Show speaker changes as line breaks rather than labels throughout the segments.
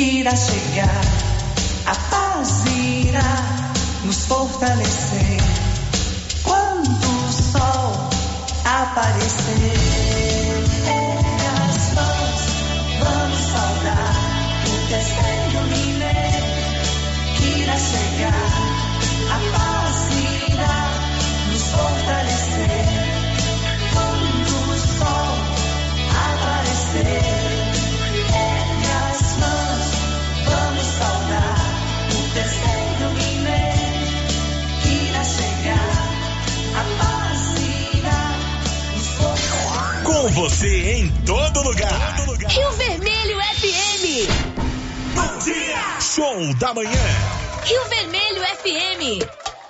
que irá chegar. A paz irá nos fortalecer quando o sol aparecer. As mãos vamos saudar o terceiro milênio que irá chegar. A paz irá nos fortalecer quando o sol aparecer.
Com você em todo lugar.
Rio Vermelho FM.
Bom dia. Show da manhã.
Rio Vermelho FM.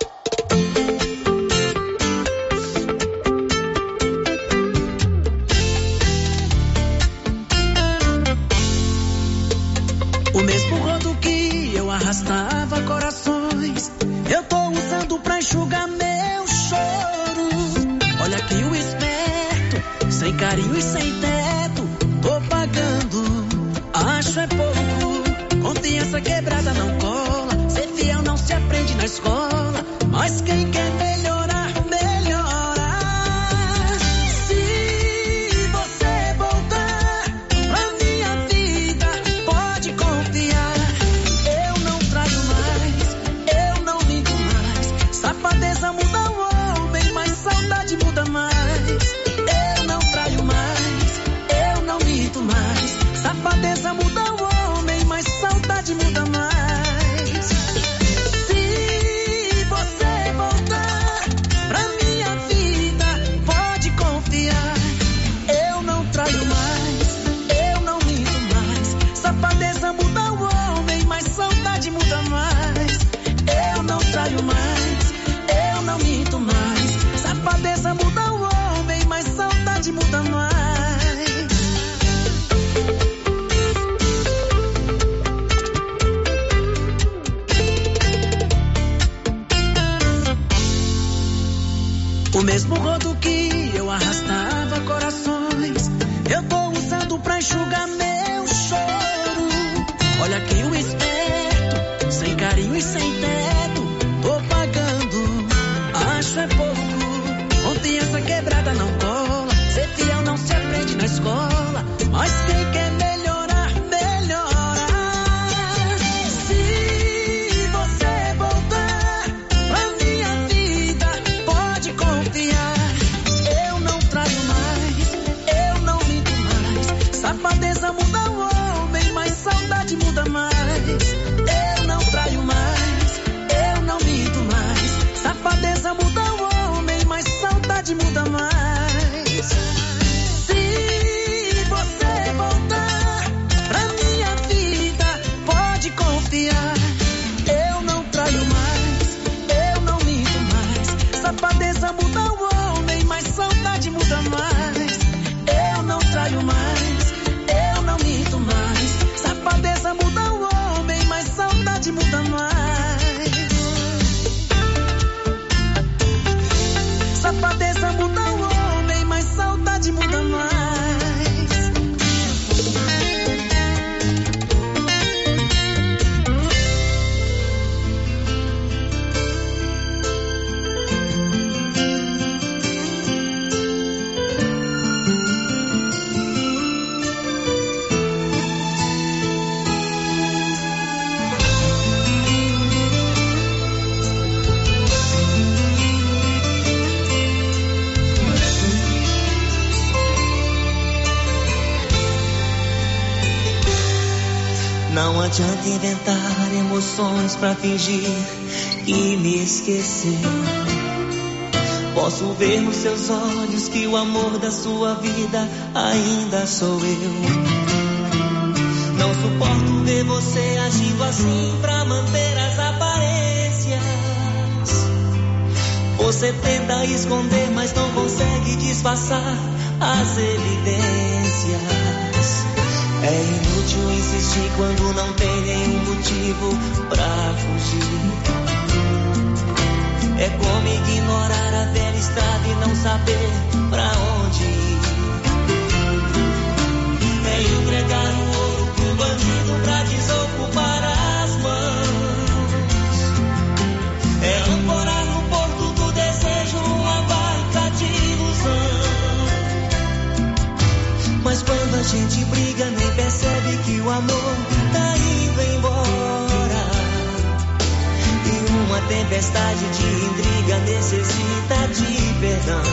O mesmo rodo que eu arrastava corações, eu tô usando pra enxugar meu choro. Olha aqui o esperto, sem carinho e sem teto, tô pagando, acho é pouco. Confiança quebrada não cola, ser fiel não se aprende na escola, mas quem quer melhorar, melhora. Se você voltar pra minha vida, pode confiar, eu não traio mais, eu não minto mais. Safadeza muda o homem, mas saudade muda mais. Eu não traio mais, eu não minto mais. Safadeza muda o homem, mas saudade muda mais. Se você voltar pra minha vida, pode confiar, eu não traio mais, eu não minto mais. Safadeza muda o homem, mas saudade muda mais. Eu não traio mais, eu não minto mais. Safadeza muda o homem, mas saudade muda mais. O mesmo rodo que eu arrastava corações, eu tô usando pra enxugar meu choro. Olha aqui o esperto, sem carinho e sem teto, tô pagando, acho é pouco. Confiança quebrada não cola, ser fiel não se aprende na escola, mas quem quer melhorar, melhora. Se você voltar pra minha vida, pode confiar, eu não traio mais, eu não minto mais. Safadeza muda o homem, mas saudade muda mais. Eu não traio mais, eu não minto mais. Safadeza muda o homem, mas saudade muda mais. Se você voltar pra minha vida, pode confiar, eu não traio mais, eu não minto mais. Safadeza muda o homem, mas saudade muda mais. Eu não traio mais, eu não minto mais. Safadeza muda o homem, mas saudade muda mais. Safadeza muda o homem, mas saudade muda mais.
Não adianta inventar emoções pra fingir que me esqueceu. Posso ver nos seus olhos que o amor da sua vida ainda sou eu. Não suporto ver você agindo assim pra manter as aparências. Você tenta esconder, mas não consegue disfarçar as evidências. É inútil insistir quando não tem nenhum motivo pra fugir. É como ignorar a velha estrada e não saber pra onde ir. É entregar o ouro pro bandido pra desonrar tempestade de intriga necessita de perdão.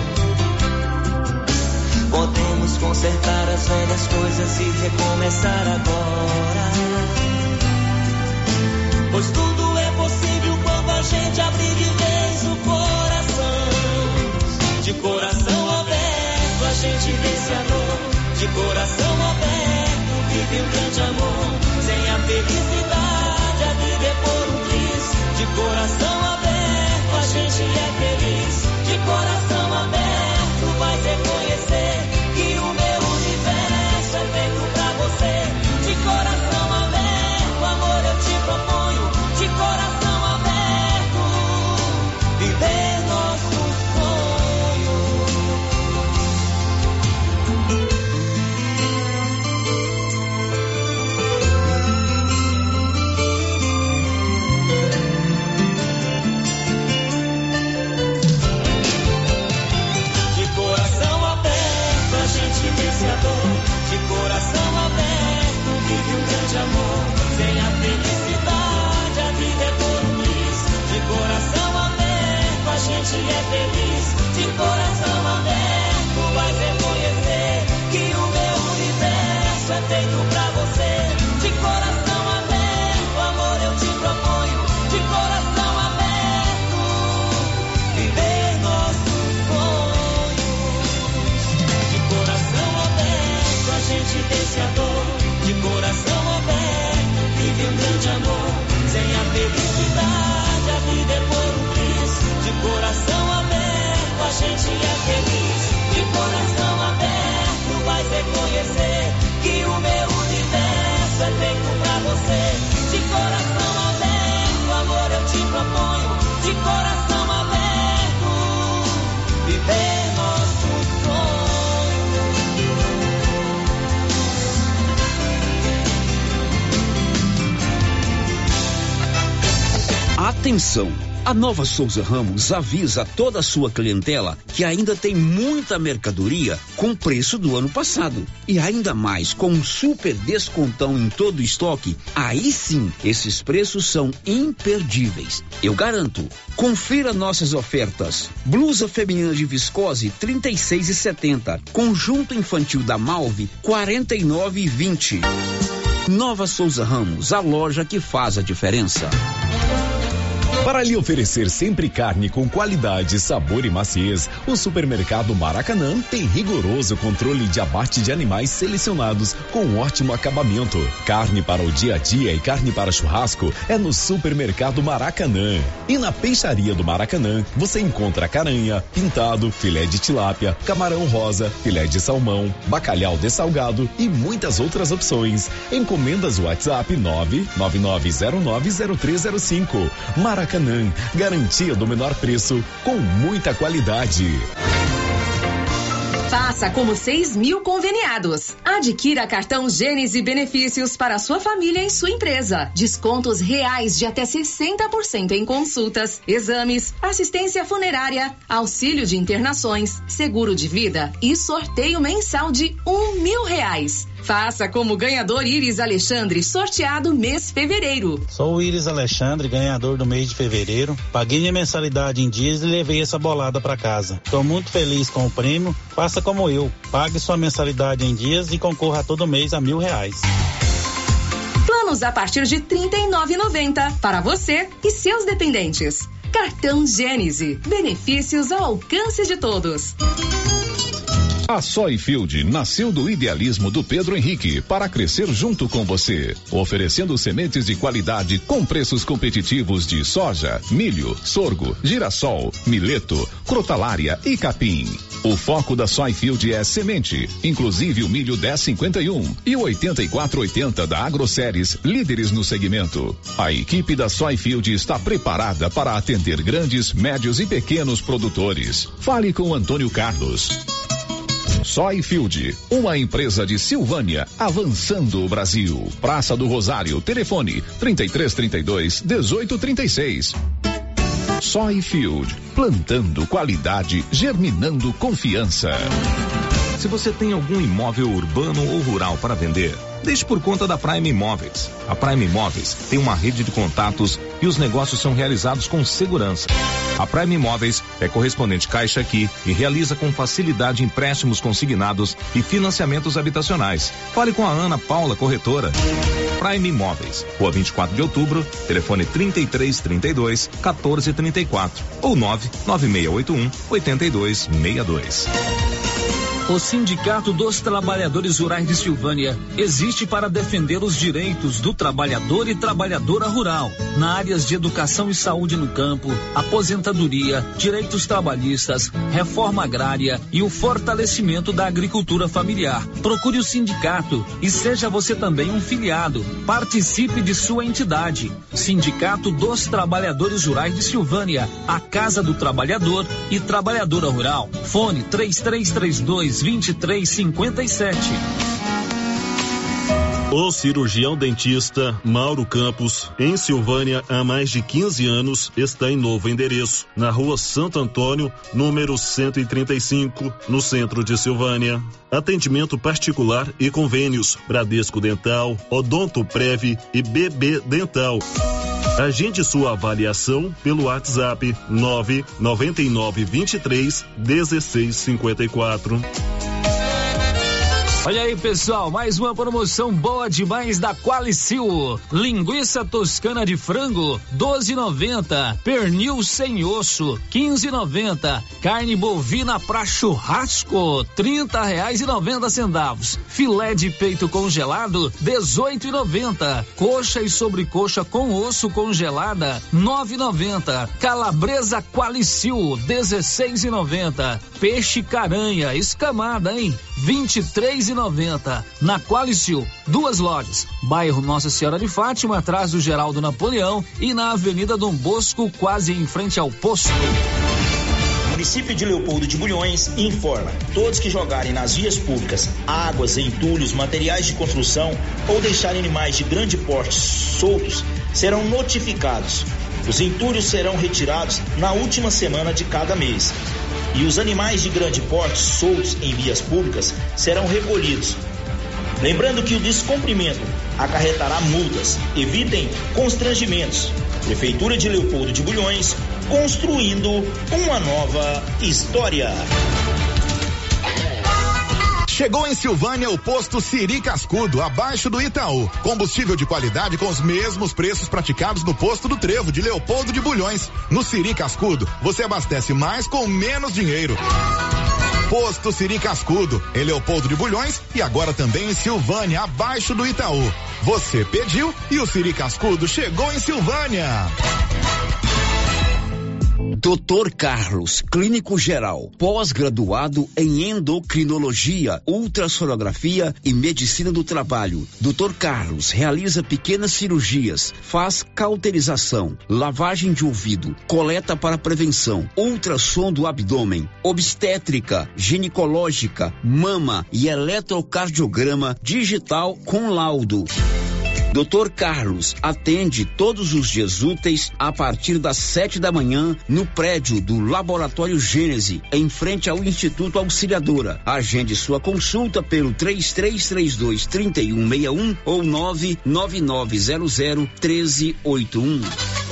Podemos consertar as velhas coisas e recomeçar agora. Pois tudo é possível quando a gente abrir de vez o coração. De coração aberto a gente vê esse amor. De coração aberto vive um grande amor. Sem a felicidade a vida é por um triz. De coração aberto a gente é feliz. De coração aberto vai reconhecer que o meu universo é feito pra você. De coração aberto, amor, eu te proponho. De coração aberto, viver nosso sonho. De coração aberto, a gente vence a dor. De coração aberto, vive um grande amor. Sem a felicidade, a vida é por um triz. De coração aberto, a gente é feliz. De coração aberto, vai reconhecer que o meu universo é feito pra você. De coração aberto, amor, eu te proponho. De coração aberto, viver nossos sonhos. De coração aberto, a gente vence a dor. De coração aberto, vive um grande amor. Sem a felicidade, a vida é por um triz. De coração aberto, a gente é feliz. De coração aberto, vai reconhecer que o meu universo é feito pra você. De coração aberto, amor, eu te proponho. De coração aberto, viver nosso sonho.
Atenção! A Nova Souza Ramos avisa toda a sua clientela que ainda tem muita mercadoria com preço do ano passado. E ainda mais, com um super descontão em todo o estoque, aí sim, esses preços são imperdíveis. Eu garanto. Confira nossas ofertas. Blusa feminina de viscose, R$ 36,70. Conjunto infantil da Malve, R$ 49,20. Nova Souza Ramos, a loja que faz a diferença.
Para lhe oferecer sempre carne com qualidade, sabor e maciez, o Supermercado Maracanã tem rigoroso controle de abate de animais selecionados com ótimo acabamento. Carne para o dia a dia e carne para churrasco é no Supermercado Maracanã. E na Peixaria do Maracanã, você encontra caranha, pintado, filé de tilápia, camarão rosa, filé de salmão, bacalhau dessalgado e muitas outras opções. Encomendas WhatsApp 999090305. Maracanã, garantia do menor preço com muita qualidade.
Faça como 6.000 conveniados. Adquira cartão Gênese Benefícios para sua família e sua empresa. Descontos reais de até 60% em consultas, exames, assistência funerária, auxílio de internações, seguro de vida e sorteio mensal de R$1.000. Faça como ganhador Iris Alexandre, sorteado mês fevereiro.
Sou o Iris Alexandre, ganhador do mês de fevereiro. Paguei minha mensalidade em dias e levei essa bolada para casa. Estou muito feliz com o prêmio. Faça como eu. Pague sua mensalidade em dias e concorra todo mês a R$1.000.
Planos a partir de R$ 39,90 para você e seus dependentes. Cartão Gênese. Benefícios ao alcance de todos.
A Soyfield nasceu do idealismo do Pedro Henrique para crescer junto com você, oferecendo sementes de qualidade com preços competitivos de soja, milho, sorgo, girassol, mileto, crotalária e capim. O foco da Soyfield é semente, inclusive o milho 1051 e o 8480 da Agroceres, líderes no segmento. A equipe da Soyfield está preparada para atender grandes, médios e pequenos produtores. Fale com Antônio Carlos. Soyfield, uma empresa de Silvânia, avançando o Brasil. Praça do Rosário, telefone 3332-1836. Soyfield, plantando qualidade, germinando confiança.
Se você tem algum imóvel urbano ou rural para vender, deixe por conta da Prime Imóveis. A Prime Imóveis tem uma rede de contatos e os negócios são realizados com segurança. A Prime Imóveis é correspondente Caixa Aqui e realiza com facilidade empréstimos consignados e financiamentos habitacionais. Fale com a Ana Paula, corretora. Prime Imóveis, Rua 24 de Outubro, telefone 3332 1434 ou 99681 8262.
O Sindicato dos Trabalhadores Rurais de Silvânia existe para defender os direitos do trabalhador e trabalhadora rural, na áreas de educação e saúde no campo, aposentadoria, direitos trabalhistas, reforma agrária e o fortalecimento da agricultura familiar. Procure o sindicato e seja você também um filiado. Participe de sua entidade. Sindicato dos Trabalhadores Rurais de Silvânia, a Casa do Trabalhador e Trabalhadora Rural. Fone 3332-2357.
O cirurgião dentista Mauro Campos, em Silvânia há mais de 15 anos, está em novo endereço, na Rua Santo Antônio, número 135, no centro de Silvânia. Atendimento particular e convênios Bradesco Dental, Odonto Prev e BB Dental. Agende sua avaliação pelo WhatsApp 99923-1654.
Olha aí, pessoal, mais uma promoção boa demais da Qualicil. Linguiça toscana de frango, 12,90. Pernil sem osso, 15,90. Carne bovina pra churrasco, R$30,90. Filé de peito congelado, 18,90. Coxa e sobrecoxa com osso congelada, 9,90. Calabresa Qualicil, 16,90. Peixe caranha escamada, hein? 23,90. Na Qualicil, 2 lojas, bairro Nossa Senhora de Fátima, atrás do Geraldo Napoleão, e na Avenida Dom Bosco, quase em frente ao posto.
O município de Leopoldo de Bulhões informa: todos que jogarem nas vias públicas águas, entulhos, materiais de construção ou deixarem animais de grande porte soltos serão notificados. Os entulhos serão retirados na última semana de cada mês. E os animais de grande porte soltos em vias públicas serão recolhidos. Lembrando que o descumprimento acarretará multas. Evitem constrangimentos. Prefeitura de Leopoldo de Bulhões, construindo uma nova história.
Chegou em Silvânia o posto Siri Cascudo, abaixo do Itaú. Combustível de qualidade com os mesmos preços praticados no posto do Trevo de Leopoldo de Bulhões. No Siri Cascudo, você abastece mais com menos dinheiro. Posto Siri Cascudo, em Leopoldo de Bulhões e agora também em Silvânia, abaixo do Itaú. Você pediu e o Siri Cascudo chegou em Silvânia.
Dr. Carlos, clínico geral, pós-graduado em endocrinologia, ultrassonografia e medicina do trabalho. Dr. Carlos realiza pequenas cirurgias, faz cauterização, lavagem de ouvido, coleta para prevenção, ultrassom do abdômen, obstétrica, ginecológica, mama e eletrocardiograma digital com laudo. Dr. Carlos atende todos os dias úteis a partir das 7 da manhã no prédio do Laboratório Gênese, em frente ao Instituto Auxiliadora. Agende sua consulta pelo 3332-3161 ou 99900-1381.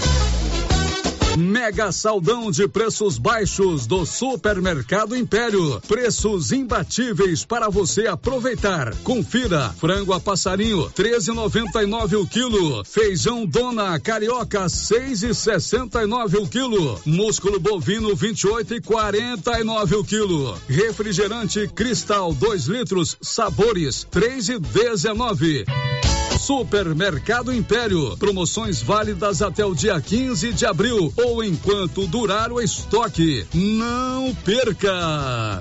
Mega saldão de preços baixos do Supermercado Império. Preços imbatíveis para você aproveitar. Confira: frango a passarinho, 13,99 o quilo. Feijão Dona Carioca, 6,69 o quilo. Músculo bovino, 28,49 o quilo. Refrigerante Cristal, 2 litros, sabores, 3,19. Supermercado Império. Promoções válidas até o dia 15 de abril ou enquanto durar o estoque. Não perca!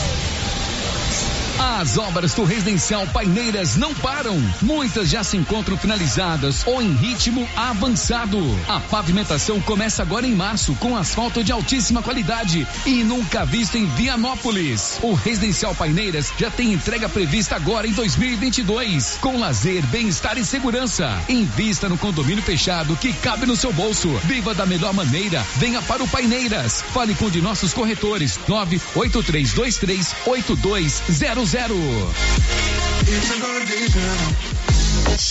As obras do Residencial Paineiras não param. Muitas já se encontram finalizadas ou em ritmo avançado. A pavimentação começa agora em março com asfalto de altíssima qualidade e nunca visto em Vianópolis. O Residencial Paineiras já tem entrega prevista agora em 2022, com lazer, bem-estar e segurança. Invista no condomínio fechado que cabe no seu bolso. Viva da melhor maneira. Venha para o Paineiras. Fale com um de nossos corretores. 983238200.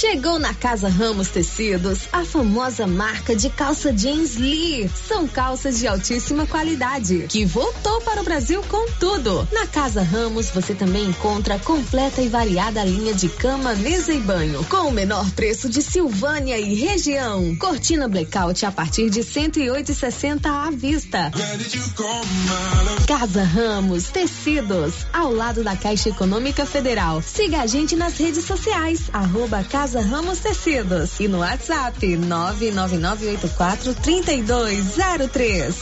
Chegou na Casa Ramos Tecidos a famosa marca de calça jeans Lee. São calças de altíssima qualidade que voltou para o Brasil com tudo. Na Casa Ramos você também encontra completa e variada linha de cama, mesa e banho com o menor preço de Silvânia e região. Cortina blackout a partir de 108,60 à vista. Casa Ramos Tecidos, ao lado da Caixa Econômica Federal. Siga a gente nas redes sociais, @Casa Ramos Tecidos e no WhatsApp 999843203.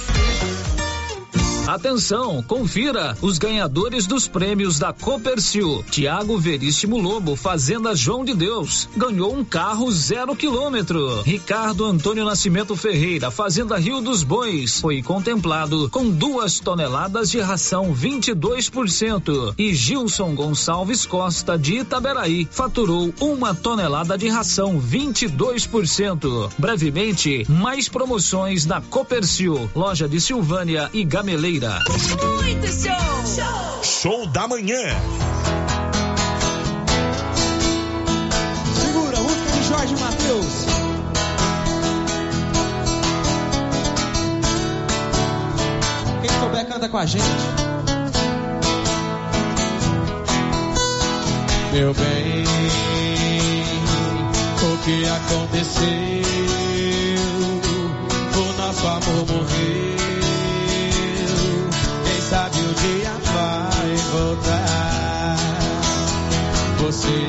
Atenção, confira os ganhadores dos prêmios da Copercil. Tiago Veríssimo Lobo, Fazenda João de Deus, ganhou um carro 0 km. Ricardo Antônio Nascimento Ferreira, Fazenda Rio dos Bois, foi contemplado com 2 toneladas de ração 22%. E Gilson Gonçalves Costa, de Itaberaí, faturou 1 tonelada de ração 22%. Brevemente, mais promoções na Copercil, loja de Silvânia e Gameleira.
Muito show!
Show da manhã.
Segura, música de Jorge Mateus. Quem souber canta com a gente. Meu bem, o que aconteceu? O nosso amor morreu. Sabe o dia vai voltar. Você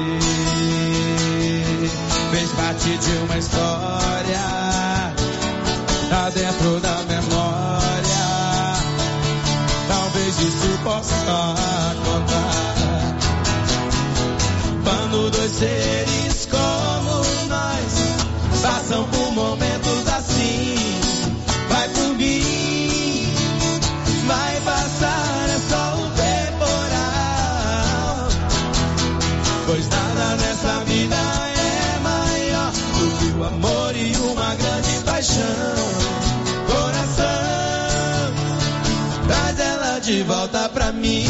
fez parte de uma história, tá dentro da memória. Talvez isso possa contar. Quando 2 seres como nós passam por momentos assim, vai por mim. Vai passar, é só o temporal. Pois nada nessa vida é maior do que o amor e uma grande paixão. Coração, traz ela de volta pra mim.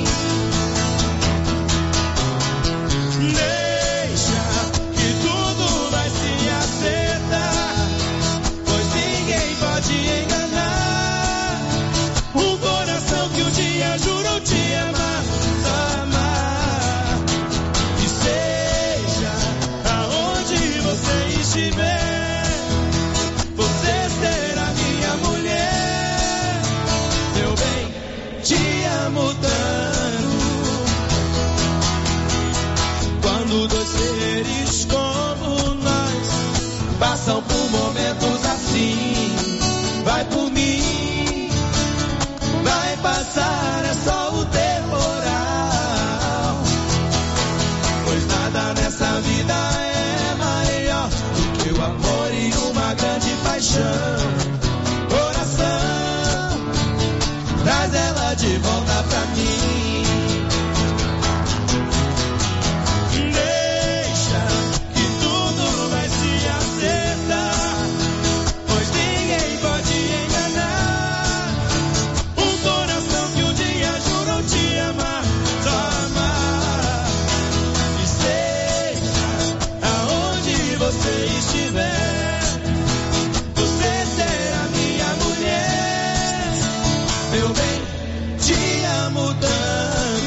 Deixa que tudo vai se acertar, pois ninguém pode enganar um coração que um dia jurou te amar, só amar. E seja aonde você estiver, você será minha mulher. Meu bem, te amo tanto. Quando 2 seres como nós passam por momentos assim, vai por mim. Vai passar, é só o temporal. Pois nada nessa vida é maior do que o amor e uma grande paixão. Coração, traz ela de volta pra mim. Deixa que tudo vai se acertar, pois ninguém pode enganar um coração que um dia jurou te amar, só amar. E seja aonde você estiver, você será minha mulher. Meu bem, te amo tanto.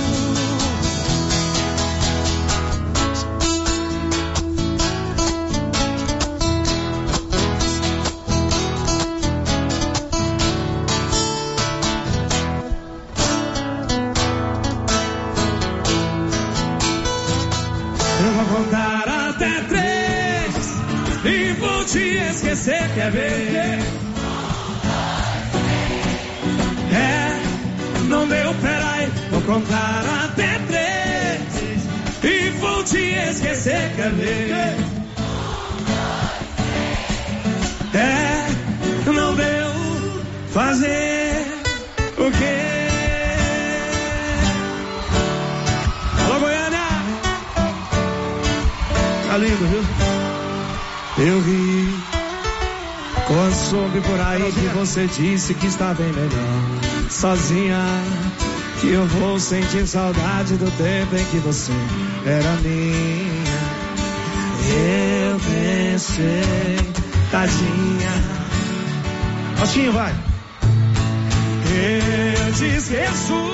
Eu vou contar até 3 e vou te esquecer, quer ver? Não deu, peraí. Vou contar até 3 e vou te esquecer, quer ver? Não deu fazer o quê? Alô, Goiânia! Tá lindo, viu? Eu ri quando soube por aí que você disse que está bem melhor sozinha, que eu vou sentir saudade do tempo em que você era minha. sei, tadinha. Faustinho, vai. Eu te esqueço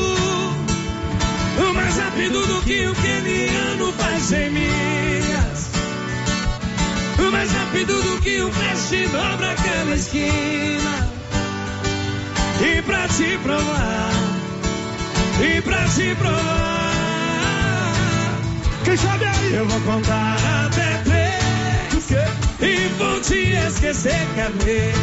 mais rápido do que o keniano faz em milhas, mais rápido do que o flash dobra aquela esquina. E pra te provar, e pra te provar, quem sabe aí eu vou contar até 3 e vou te esquecer, quer ver?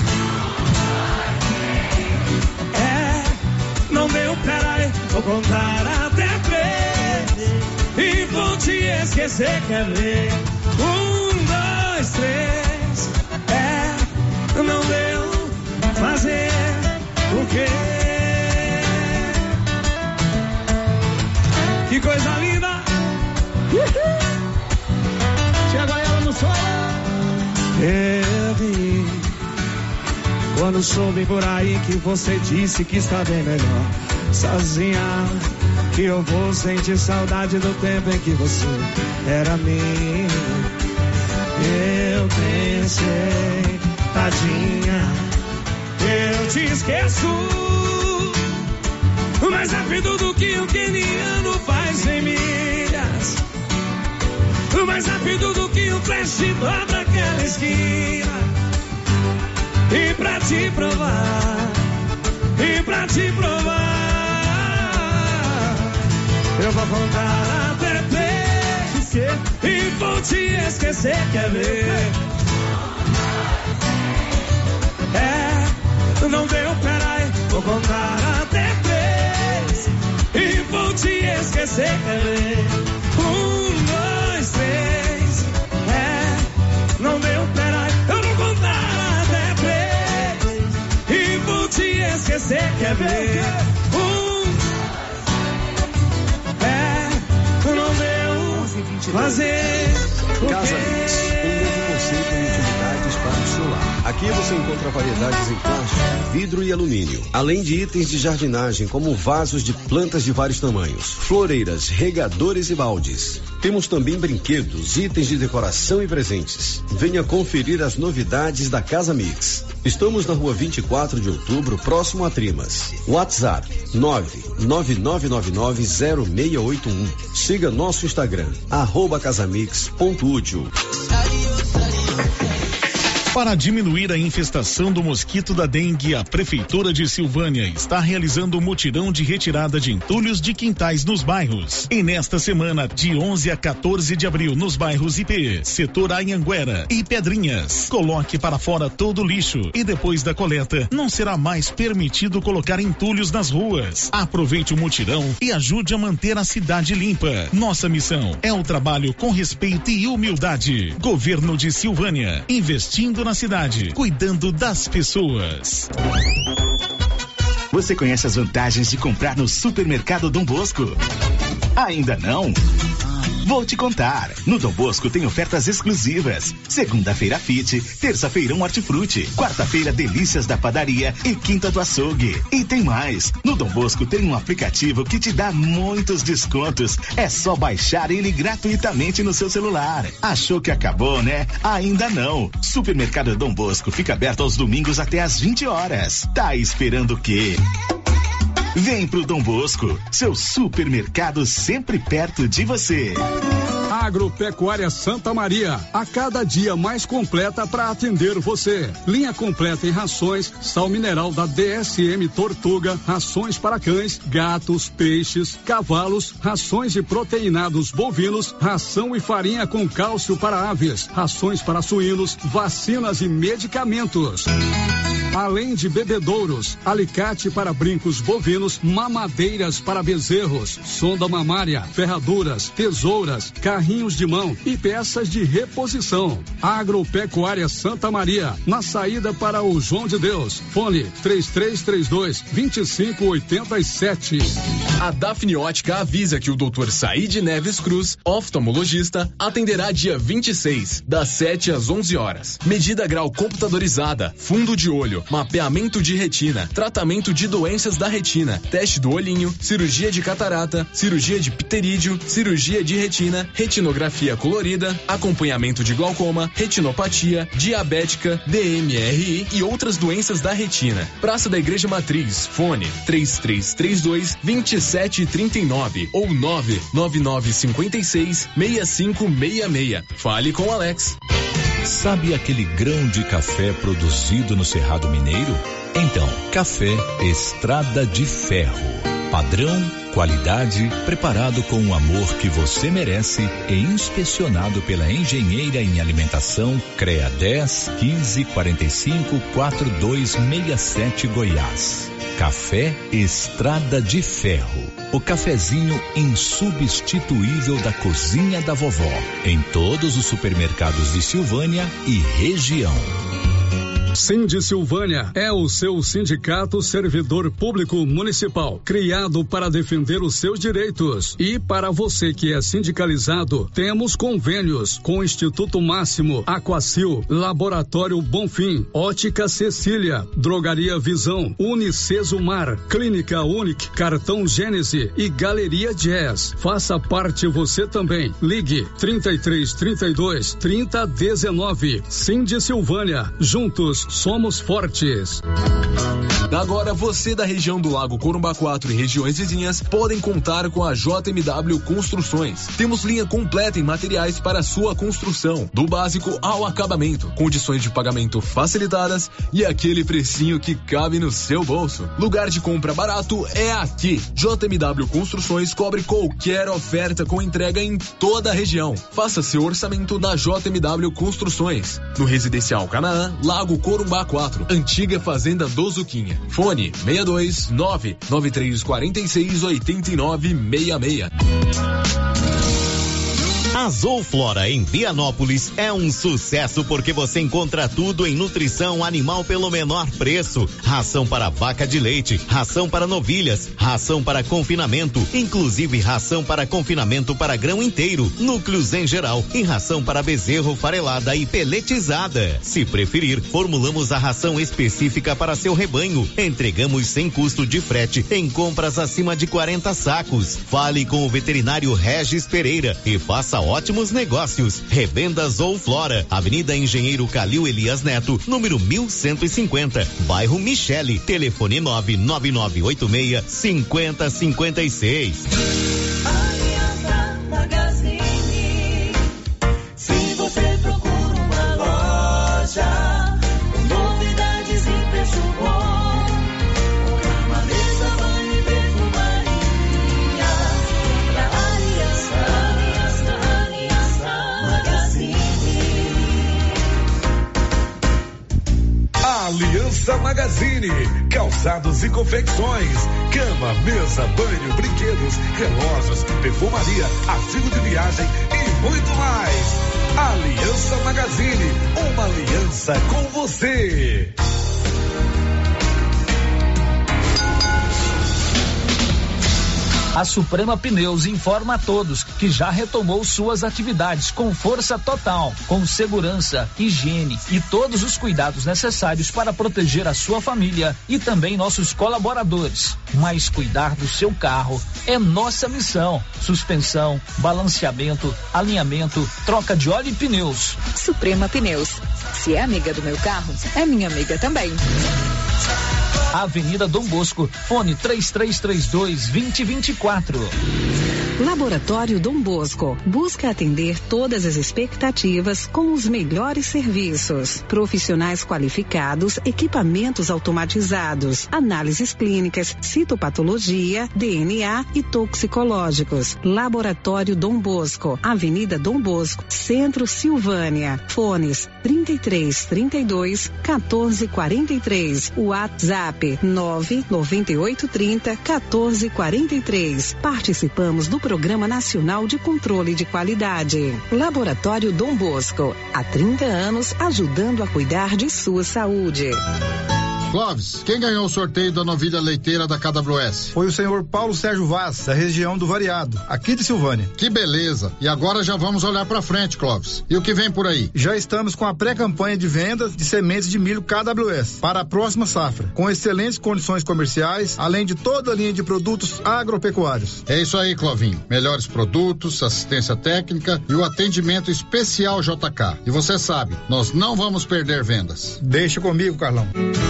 Não deu, peraí, vou contar até 3 e vou te esquecer, quer ver? 1, 2, 3, não deu, fazer o quê? Que coisa linda! Chega ela no solo. Eu vi quando soube por aí que você disse que está bem melhor sozinha, que eu vou sentir saudade do tempo em que você era minha. Eu pensei, tadinha, eu te esqueço mais rápido do que o keniano faz em milhas, mais rápido do que o flash dobra aquela esquina. E pra te provar, e pra te provar, eu vou contar até 3 e vou te esquecer, quer ver? Não deu, peraí, vou contar até 3 e vou te esquecer, quer ver? 1, 2, 3, não deu, peraí, eu vou contar até 3 e vou te esquecer, quer ver? Não deu, fazer
Casa Mix, um novo conceito em utilidades para o seu lar. Aqui você encontra variedades em plástico, vidro e alumínio, além de itens de jardinagem como vasos de plantas de vários tamanhos, floreiras, regadores e baldes. Temos também brinquedos, itens de decoração e presentes. Venha conferir as novidades da Casa Mix. Estamos na rua 24 de outubro, próximo a Trimas. WhatsApp 999990681. Siga nosso Instagram, @casamix.útil.
Para diminuir a infestação do mosquito da dengue, a Prefeitura de Silvânia está realizando um mutirão de retirada de entulhos de quintais nos bairros. E nesta semana, de 11 a 14 de abril, nos bairros IP, Setor Anhanguera e Pedrinhas, coloque para fora todo o lixo e depois da coleta, não será mais permitido colocar entulhos nas ruas. Aproveite o mutirão e ajude a manter a cidade limpa. Nossa missão é o trabalho com respeito e humildade. Governo de Silvânia, investindo na cidade, cuidando das pessoas.
Você conhece as vantagens de comprar no Supermercado Dom Bosco? Ainda não? Vou te contar. No Dom Bosco tem ofertas exclusivas. Segunda-feira Fit, terça-feirão Hortifruti, quarta-feira Delícias da Padaria e quinta do Açougue. E tem mais. No Dom Bosco tem um aplicativo que te dá muitos descontos. É só baixar ele gratuitamente no seu celular. Achou que acabou, né? Ainda não. Supermercado Dom Bosco fica aberto aos domingos até às 20 horas. Tá esperando o quê? Vem pro Dom Bosco, seu supermercado sempre perto de você.
Agropecuária Santa Maria, a cada dia mais completa para atender você. Linha completa em rações, sal mineral da DSM Tortuga, rações para cães, gatos, peixes, cavalos, rações de proteinados bovinos, ração e farinha com cálcio para aves, rações para suínos, vacinas e medicamentos. Além de bebedouros, alicate para brincos bovinos, mamadeiras para bezerros, sonda mamária, ferraduras, tesouras, carrinhos de mão e peças de reposição. Agropecuária Santa Maria, na saída para o João de Deus. Fone 3332-2587.
A Dafne Ótica avisa que o Dr. Saíde Neves Cruz, oftalmologista, atenderá dia 26, das 7 às 11 horas. Medida grau computadorizada, fundo de olho, mapeamento de retina, tratamento de doenças da retina, teste do olhinho, cirurgia de catarata, cirurgia de pterídeo, cirurgia de retina, retinografia colorida, acompanhamento de glaucoma, retinopatia, diabética, DMRI e outras doenças da retina. Praça da Igreja Matriz, fone 3332-2739 ou 99956-6566. Fale com Alex.
Sabe aquele grão de café produzido no Cerrado Mineiro? Então, café Estrada de Ferro. Padrão, qualidade, preparado com o amor que você merece e inspecionado pela engenheira em alimentação CREA 10 15 45 4267 Goiás. Café Estrada de Ferro. O cafezinho insubstituível da cozinha da vovó. Em todos os supermercados de Silvânia e região.
Sindi Silvânia é o seu sindicato servidor público municipal, criado para defender os seus direitos. E para você que é sindicalizado, temos convênios com o Instituto Máximo, Aquacil, Laboratório Bonfim, Ótica Cecília, Drogaria Visão, Unicesumar, Clínica Unic, Cartão Gênese e Galeria Jazz. Faça parte você também. Ligue 3332-3019. Sindi Silvânia, juntos somos fortes.
Agora você da região do Lago Corumbá 4 e regiões vizinhas podem contar com a JMW Construções. Temos linha completa em materiais para sua construção, do básico ao acabamento, condições de pagamento facilitadas e aquele precinho que cabe no seu bolso. Lugar de compra barato é aqui. JMW Construções cobre qualquer oferta com entrega em toda a região. Faça seu orçamento na JMW Construções. No Residencial Canaã, Lago Corumbá 4, antiga Fazenda do Zuquinha. Fone 62-99346-8966.
A Zooflora em Vianópolis é um sucesso porque você encontra tudo em nutrição animal pelo menor preço. Ração para vaca de leite, ração para novilhas, ração para confinamento, inclusive ração para confinamento para grão inteiro, núcleos em geral e ração para bezerro farelada e peletizada. Se preferir, formulamos a ração específica para seu rebanho. Entregamos sem custo de frete em compras acima de 40 sacos. Fale com o veterinário Regis Pereira e faça ótimos negócios. Revendas Zooflora, Avenida Engenheiro Calil Elias Neto, número 1150, bairro Michele, telefone 99986-5056.
Aliança Magazine. Se você procura uma loja com novidades e preço bom, cama, mesa, banho e perfumaria, pra Aliança Magazine.
Aliança Magazine, calçados e confecções, cama, mesa, banho, brinquedos, relógios, perfumaria, artigo de viagem e muito mais. Aliança Magazine, uma aliança com você.
A Suprema Pneus informa a todos que já retomou suas atividades com força total, com segurança, higiene e todos os cuidados necessários para proteger a sua família e também nossos colaboradores. Mas cuidar do seu carro é nossa missão. Suspensão, balanceamento, alinhamento, troca de óleo e pneus.
Suprema Pneus. Se é amiga do meu carro, é minha amiga também.
Avenida Dom Bosco, fone 3332-2024.
Laboratório Dom Bosco busca atender todas as expectativas com os melhores serviços. Profissionais qualificados, equipamentos automatizados, análises clínicas, citopatologia, DNA e toxicológicos. Laboratório Dom Bosco, Avenida Dom Bosco, Centro Silvânia. Fones 3332-1443. WhatsApp 99830-1443. Participamos do Programa Nacional de Controle de Qualidade. Laboratório Dom Bosco, há 30 anos ajudando a cuidar de sua saúde.
Clóvis, quem ganhou o sorteio da novilha leiteira da KWS?
Foi o senhor Paulo Sérgio Vaz, da região do Variado, aqui de Silvânia.
Que beleza! E agora já vamos olhar pra frente, Clóvis. E o que vem por aí?
Já estamos com a pré-campanha de vendas de sementes de milho KWS para a próxima safra, com excelentes condições comerciais, além de toda a linha de produtos agropecuários.
É isso aí, Clovinho. Melhores produtos, assistência técnica e o atendimento especial JK. E você sabe, nós não vamos perder vendas.
Deixa comigo, Carlão.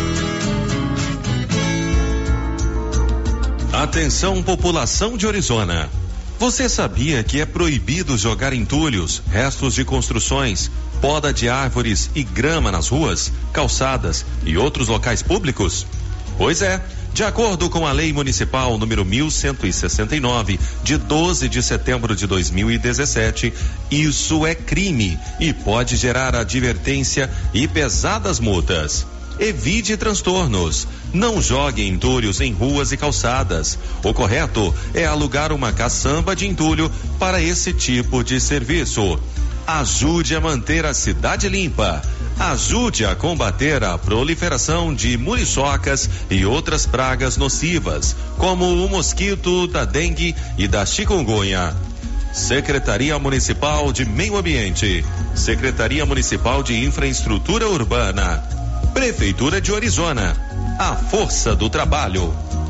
Atenção, população de Orizona. Você sabia que é proibido jogar entulhos, restos de construções, poda de árvores e grama nas ruas, calçadas e outros locais públicos? Pois é. De acordo com a Lei Municipal número 1169, de 12 de setembro de 2017, isso é crime e pode gerar advertência e pesadas multas. Evite transtornos. Não jogue entulhos em ruas e calçadas. O correto é alugar uma caçamba de entulho para esse tipo de serviço. Ajude a manter a cidade limpa. Ajude a combater a proliferação de muriçocas e outras pragas nocivas, como o mosquito da dengue e da chikungunya. Secretaria Municipal de Meio Ambiente, Secretaria Municipal de Infraestrutura Urbana, Prefeitura de Orizona, a força do trabalho.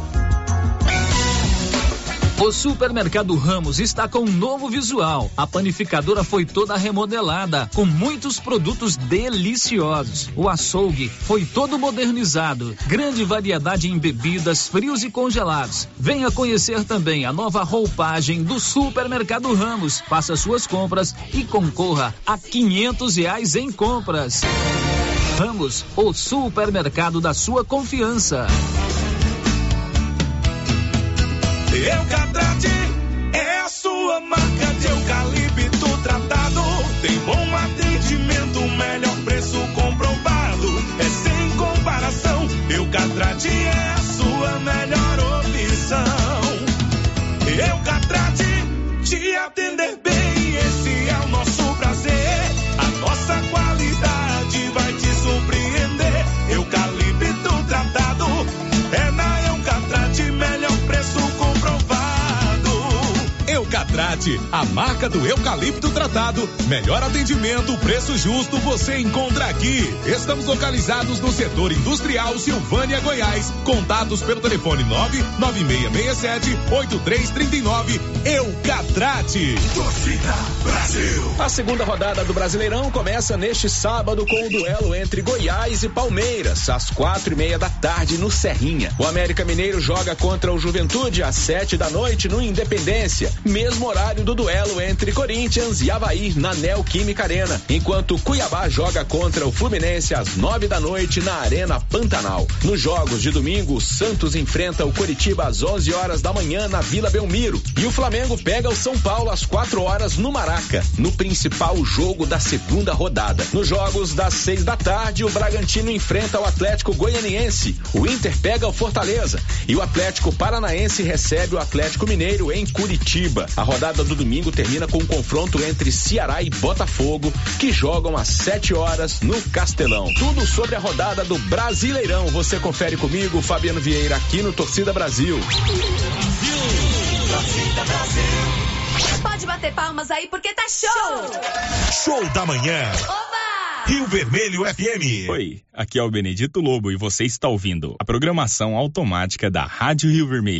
O Supermercado Ramos está com um novo visual. A panificadora foi toda remodelada, com muitos produtos deliciosos. O açougue foi todo modernizado. Grande variedade em bebidas, frios e congelados. Venha conhecer também a nova roupagem do Supermercado Ramos. Faça suas compras e concorra a R$500 em compras. Ramos, o supermercado da sua confiança.
Eucatrate é a sua marca de eucalipto tratado. Tem bom atendimento, melhor preço comprovado. É sem comparação. Eucatrate é a sua melhor opção. Eucatrate, te atender bem, esse é o nosso prazer. A nossa qualidade vai te surpreender. Eucalipto tratado é na Eucatrate, melhor preço comprovado. Eucatrate, a marca do eucalipto tratado. Melhor atendimento, preço justo, você encontra aqui. Estamos localizados no setor industrial Silvânia, Goiás. Contatos pelo telefone 99667-8339. Eucatrate. Torcida Brasil.
A segunda rodada do Brasileirão começa neste sábado com o duelo entre Goiás e Palmeiras, às 4:30 da tarde no Serrinha. O América Mineiro joga contra o Juventude às 7 da noite no Independência. Mesmo horário do duelo entre Corinthians e Avaí na Neoquímica Arena, enquanto Cuiabá joga contra o Fluminense às 9 da noite na Arena Pantanal. Nos jogos de domingo, o Santos enfrenta o Coritiba às 11 horas da manhã na Vila Belmiro e o Flamengo pega o São Paulo às 4 horas no Maraca, no principal jogo da segunda rodada. Nos jogos das 6 da tarde, o Bragantino enfrenta o Atlético Goianiense, o Inter pega o Fortaleza e o Atlético Paranaense recebe o Atlético Mineiro em Curitiba. A rodada do domingo termina com um confronto entre Ceará e Botafogo, que jogam às 7 horas no Castelão. Tudo sobre a rodada do Brasileirão você confere comigo, Fabiano Vieira, aqui no Torcida Brasil.
Torcida Brasil.
Pode bater palmas aí porque tá show!
Show da manhã.
Oba!
Rio Vermelho FM.
Oi, aqui é o Benedito Lobo e você está ouvindo a programação automática da Rádio Rio Vermelho.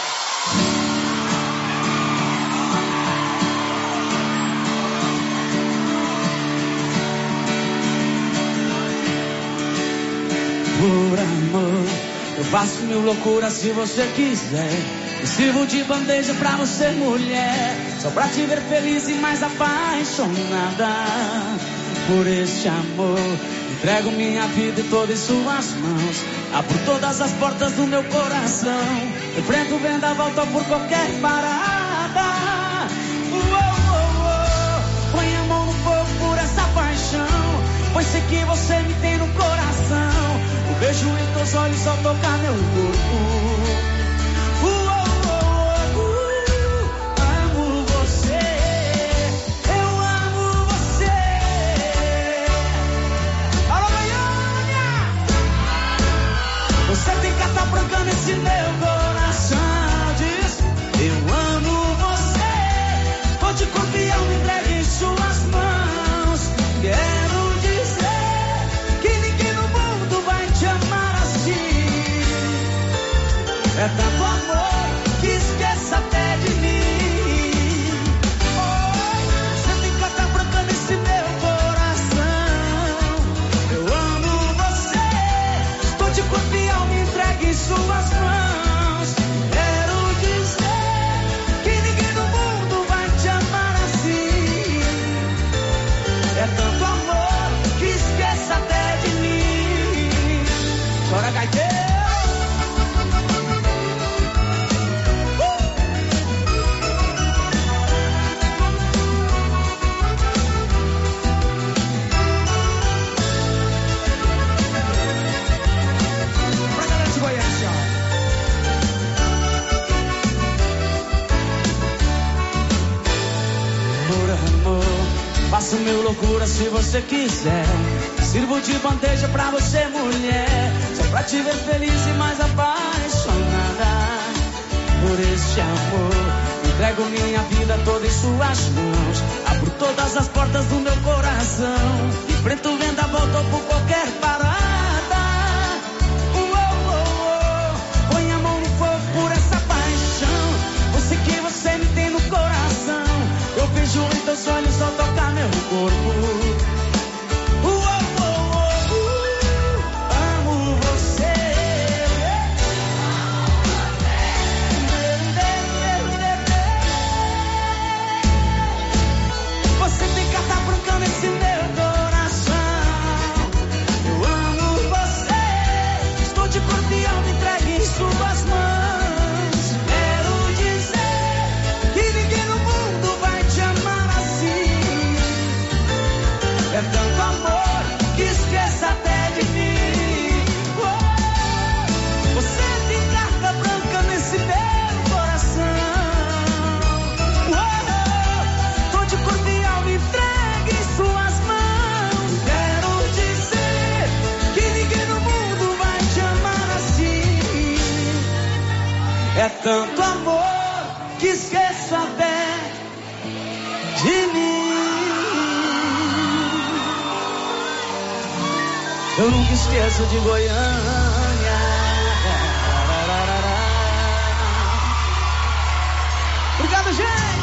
Por amor, eu faço mil loucuras se você quiser. Eu sirvo de bandeja pra você, mulher, só pra te ver feliz e mais apaixonada. Por este amor, entrego minha vida toda em suas mãos. Abro todas as portas do meu coração. Enfrento o vendaval, tô por qualquer parada. Põe a mão no fogo por essa paixão, pois sei que você me tem no coração. O beijo em teus olhos só tocar meu corpo. Amo você, eu amo você. Alô, Goiânia! se você quiser. Sirvo de bandeja pra você, mulher, só pra te ver feliz e mais apaixonada por este amor. Entrego minha vida toda em suas mãos. Abro todas as portas do meu coração. Enfrento vendaval, topo qualquer parada. Põe a mão no fogo por essa paixão. Você que você me tem no coração. Eu vejo em teus olhos só tocar meu corpo. Amo você. Você tem carta branca nesse meu coração. Eu amo você. Estou de corpo e alma entregue em suas mãos. Quero dizer que ninguém no mundo vai te amar assim. É tanto amor que esqueça até de mim. Você tem carta branca nesse meu coração. Tô de corpo e alma entregue em suas mãos. Quero dizer que ninguém no mundo vai te amar assim. É tanto amor que esqueço até de mim. Eu nunca esqueço de Goiânia. Obrigado, gente.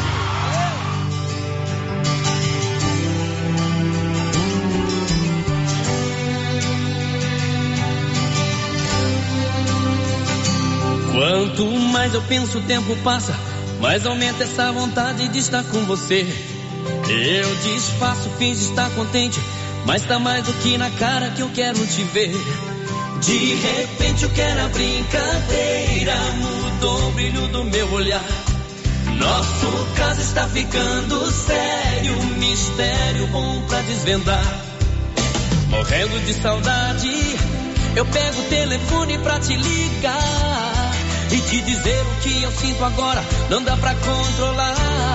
Quanto mais eu penso, o tempo passa, mais aumenta essa vontade de estar com você. Eu disfarço, finge estar contente, mas tá mais do que na cara que eu quero te ver. De repente o que era brincadeira mudou o brilho do meu olhar. Nosso caso está ficando sério, mistério bom pra desvendar. Morrendo de saudade, eu pego o telefone pra te ligar e te dizer o que eu sinto agora, não dá pra controlar.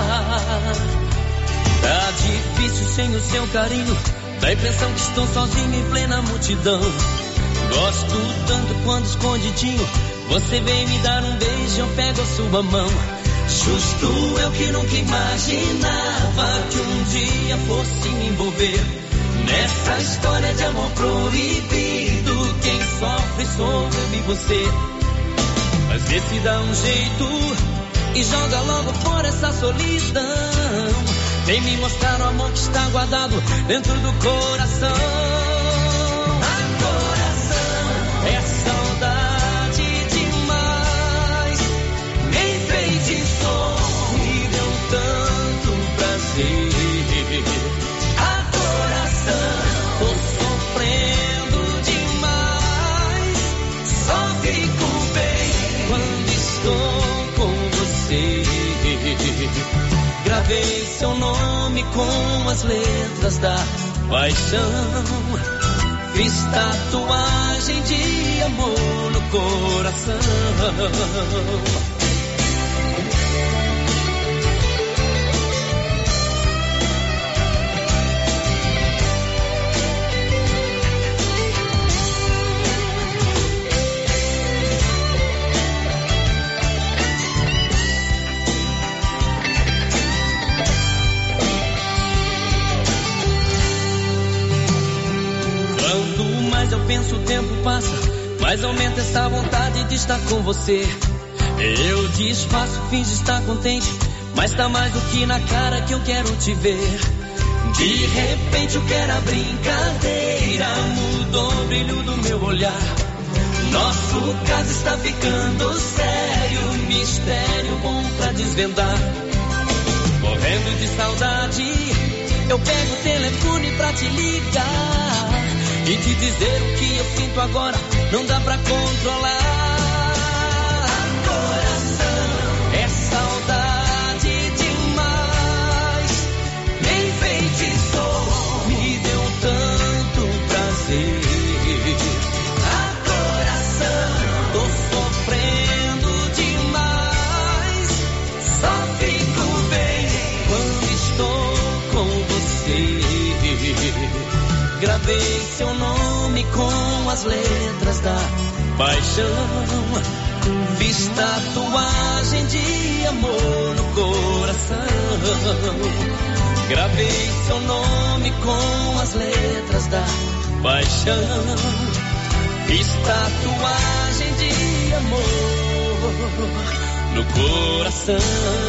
Tá difícil sem o seu carinho, dá a impressão que estou sozinho em plena multidão. Gosto tanto quando escondidinho você vem me dar um beijo, eu pego a sua mão. Justo eu que nunca imaginava que um dia fosse me envolver nessa história de amor proibido. Quem sofre sou eu e você. Mas vê se dá um jeito e joga logo fora essa solidão. Vem me mostrar o amor que está guardado dentro do coração. Coração, é saudade demais. Me enfeitiçou, me deu tanto prazer. Coração, tô sofrendo demais. Só fico bem quando estou com você. Gravei seu nome com as letras da paixão. Fiz tatuagem de amor no coração. Eu penso, o tempo passa, mas aumenta essa vontade de estar com você. Eu disfarço, finge estar contente, mas tá mais do que na cara que eu quero te ver. De repente o que era brincadeira mudou o brilho do meu olhar. Nosso caso está ficando sério, mistério bom pra desvendar. Morrendo de saudade, eu pego o telefone pra te ligar e te dizer o que eu sinto agora, não dá pra controlar. Coração, é saudade demais. Me enfeitiçou, me deu tanto prazer. Coração, tô sofrendo demais. Só fico bem quando estou com você. seu nome com as letras da paixão. Fiz tatuagem de amor no coração. Gravei seu nome com as letras da paixão. Fiz tatuagem de amor no coração.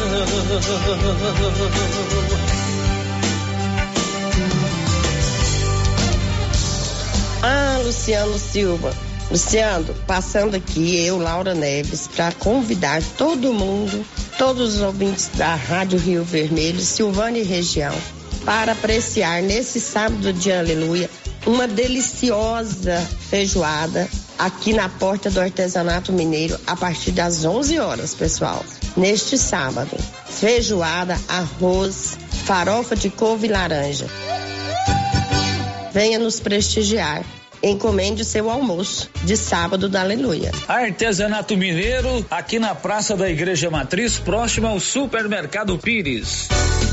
Luciano Silva. Luciano, passando aqui, eu, Laura Neves, para convidar todo mundo, todos os ouvintes da Rádio Rio Vermelho, Silvânia e região, para apreciar nesse sábado de Aleluia uma deliciosa feijoada aqui na porta do Artesanato Mineiro a partir das 11 horas, pessoal. Neste sábado, feijoada, arroz, farofa de couve e laranja. Venha nos prestigiar. Encomende seu almoço de sábado da Aleluia.
Artesanato Mineiro, aqui na Praça da Igreja Matriz, próximo ao Supermercado Pires.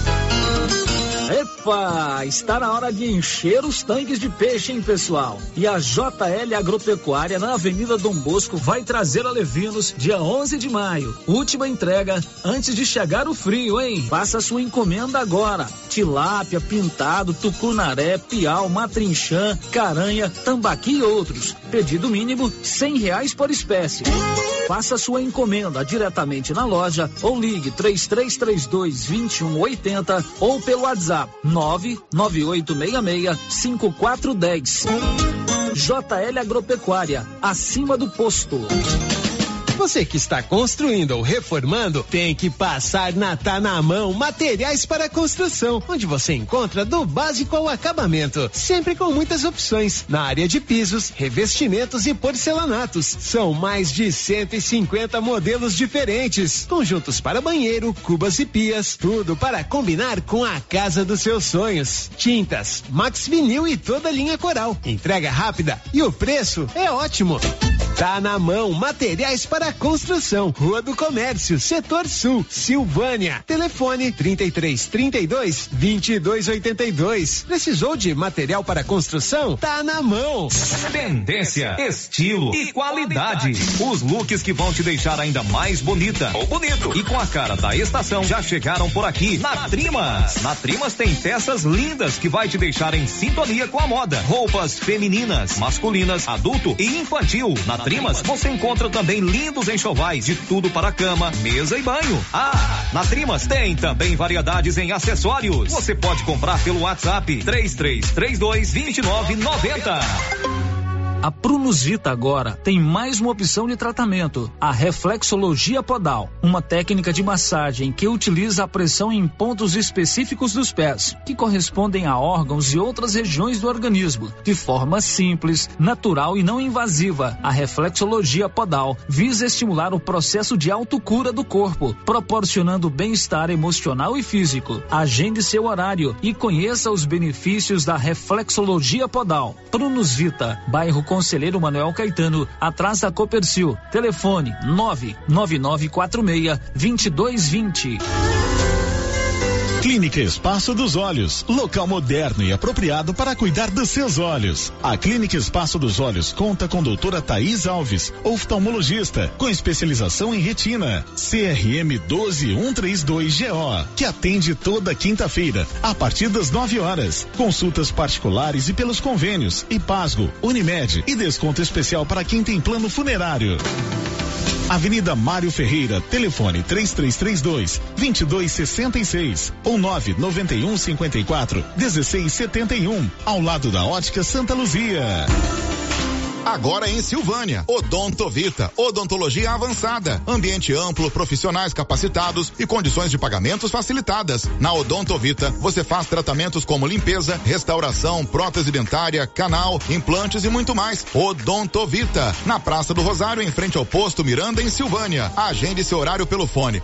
Epa, está na hora de encher os tanques de peixe, hein, pessoal? E a JL Agropecuária, na Avenida Dom Bosco, vai trazer a Levinos dia 11 de maio. Última entrega antes de chegar o frio, hein? Faça sua encomenda agora. Tilápia, pintado, tucunaré, piau, matrinchã, caranha, tambaqui e outros. Pedido mínimo R$100 por espécie. Faça sua encomenda diretamente na loja ou ligue 3332-2180 ou pelo WhatsApp 99866-5410. JL Agropecuária, acima do posto.
Você que está construindo ou reformando, tem que passar na Tá na Mão Materiais para Construção, onde você encontra do básico ao acabamento, sempre com muitas opções na área de pisos, revestimentos e porcelanatos. São mais de 150 modelos diferentes, conjuntos para banheiro, cubas e pias, tudo para combinar com a casa dos seus sonhos. Tintas, Max Vinil e toda a linha Coral. Entrega rápida e o preço é ótimo. Tá na Mão Materiais para Construção, Rua do Comércio, Setor Sul, Silvânia. Telefone 3332-2282. Precisou de material para construção? Tá na mão.
Tendência, estilo e qualidade. Os looks que vão te deixar ainda mais bonita ou bonito e com a cara da estação já chegaram por aqui na Trimas. Na Trimas tem peças lindas que vai te deixar em sintonia com a moda. Roupas femininas, masculinas, adulto e infantil. Na Trimas você encontra também lindos enxovais de tudo para cama, mesa e banho. Na Trimas tem também variedades em acessórios. Você pode comprar pelo WhatsApp 3332-2990.
A Prunus Vita agora tem mais uma opção de tratamento, a reflexologia podal, uma técnica de massagem que utiliza a pressão em pontos específicos dos pés, que correspondem a órgãos e outras regiões do organismo, de forma simples, natural e não invasiva. A reflexologia podal visa estimular o processo de autocura do corpo, proporcionando bem-estar emocional e físico. Agende seu horário e conheça os benefícios da reflexologia podal. Prunus Vita, bairro Conselheiro Manuel Caetano, atrás da Copercil. Telefone 99946-2220.
Clínica Espaço dos Olhos, local moderno e apropriado para cuidar dos seus olhos. A Clínica Espaço dos Olhos conta com doutora Thaís Alves, oftalmologista, com especialização em retina, CRM 12132GO, que atende toda quinta-feira, a partir das 9 horas. Consultas particulares e pelos convênios, Ipasgo, Unimed e desconto especial para quem tem plano funerário. Avenida Mário Ferreira, telefone 3332-2266 ou 99154-1671, ao lado da Ótica Santa Luzia.
Agora em Silvânia, Odontovita, odontologia avançada, ambiente amplo, profissionais capacitados e condições de pagamentos facilitadas. Na Odontovita, você faz tratamentos como limpeza, restauração, prótese dentária, canal, implantes e muito mais. Odontovita, na Praça do Rosário, em frente ao posto Miranda, em Silvânia. Agende seu horário pelo fone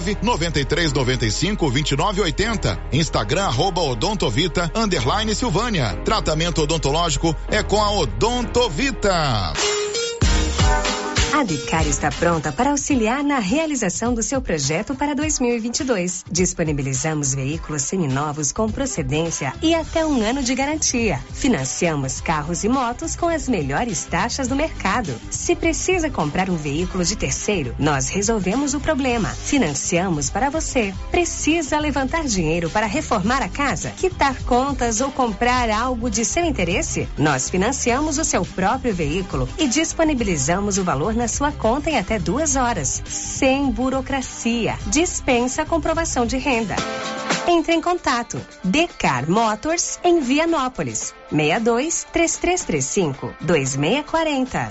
99395-2980. Instagram @odontovita _Silvânia. Tratamento odontológico é com a Odontovita.
A Decar está pronta para auxiliar na realização do seu projeto para 2022. Disponibilizamos veículos seminovos com procedência e até 1 ano de garantia. Financiamos carros e motos com as melhores taxas do mercado. Se precisa comprar um veículo de terceiro, nós resolvemos o problema. Financiamos para você. Precisa levantar dinheiro para reformar a casa, quitar contas ou comprar algo de seu interesse? Nós financiamos o seu próprio veículo e disponibilizamos o valor na sua conta em até 2 horas, sem burocracia. Dispensa a comprovação de renda. Entre em contato. Decar Motors em Vianópolis. 62-3335-2640.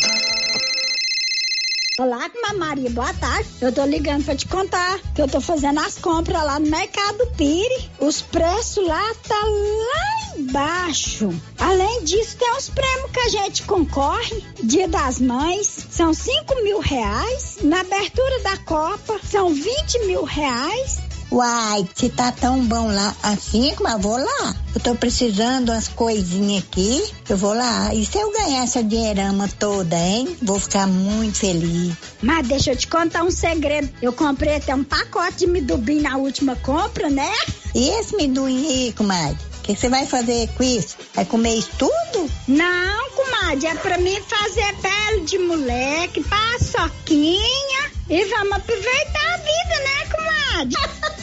Olá, Maria, boa tarde. Eu tô ligando pra te contar que eu tô fazendo as compras lá no Mercado Pire. Os preços lá tá lá embaixo. Além disso, tem os prêmios que a gente concorre. Dia das Mães, são R$5.000. Na abertura da Copa, são R$20.000.
Uai, se tá tão bom lá assim, mas vou lá. Eu tô precisando umas coisinhas aqui, eu vou lá. E se eu ganhar essa dinheirama toda, hein? Vou ficar muito feliz.
Mas deixa eu te contar um segredo. Eu comprei até um pacote de midubim na última compra, né?
E esse midubim aí, comadre? O que você vai fazer com isso? Vai comer isso tudo?
Não, comadre, é pra mim fazer pele de moleque, paçoquinha e vamos aproveitar a vida, né, comadre?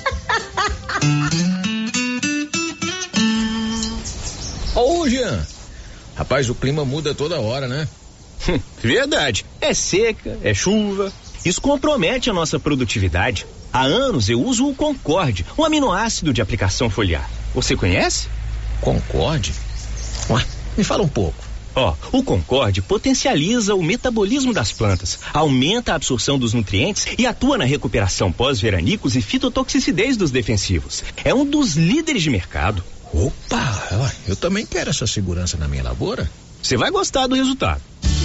Ô, Jean, rapaz, o clima muda toda hora, né?
Verdade, é seca, é chuva, isso compromete a nossa produtividade. Há anos eu uso o Concorde, um aminoácido de aplicação foliar. Você conhece?
Concorde? Ué, me fala um pouco.
O Concorde potencializa o metabolismo das plantas, aumenta a absorção dos nutrientes e atua na recuperação pós-veranicos e fitotoxicidez dos defensivos. É um dos líderes de mercado.
Opa, eu também quero essa segurança na minha lavoura.
Você vai gostar do resultado.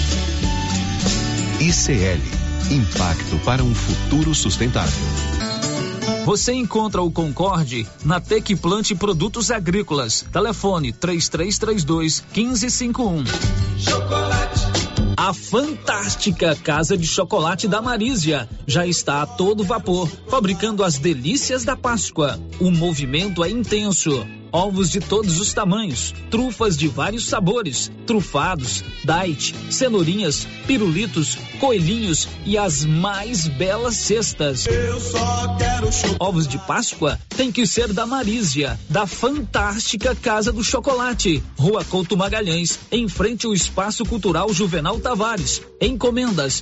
ICL, Impacto para um futuro sustentável.
Você encontra o Concorde na Tec Plante Produtos Agrícolas. Telefone 3332-1551.
Chocolate.
A fantástica Casa de Chocolate da Marísia já está a todo vapor, fabricando as delícias da Páscoa. O movimento é intenso. Ovos de todos os tamanhos, trufas de vários sabores, trufados, daite, cenourinhas, pirulitos, coelhinhos e as mais belas cestas.
Eu só quero
Ovos de Páscoa tem que ser da Marísia, da fantástica Casa do Chocolate. Rua Couto Magalhães, em frente ao Espaço Cultural Juvenal Tavares. Encomendas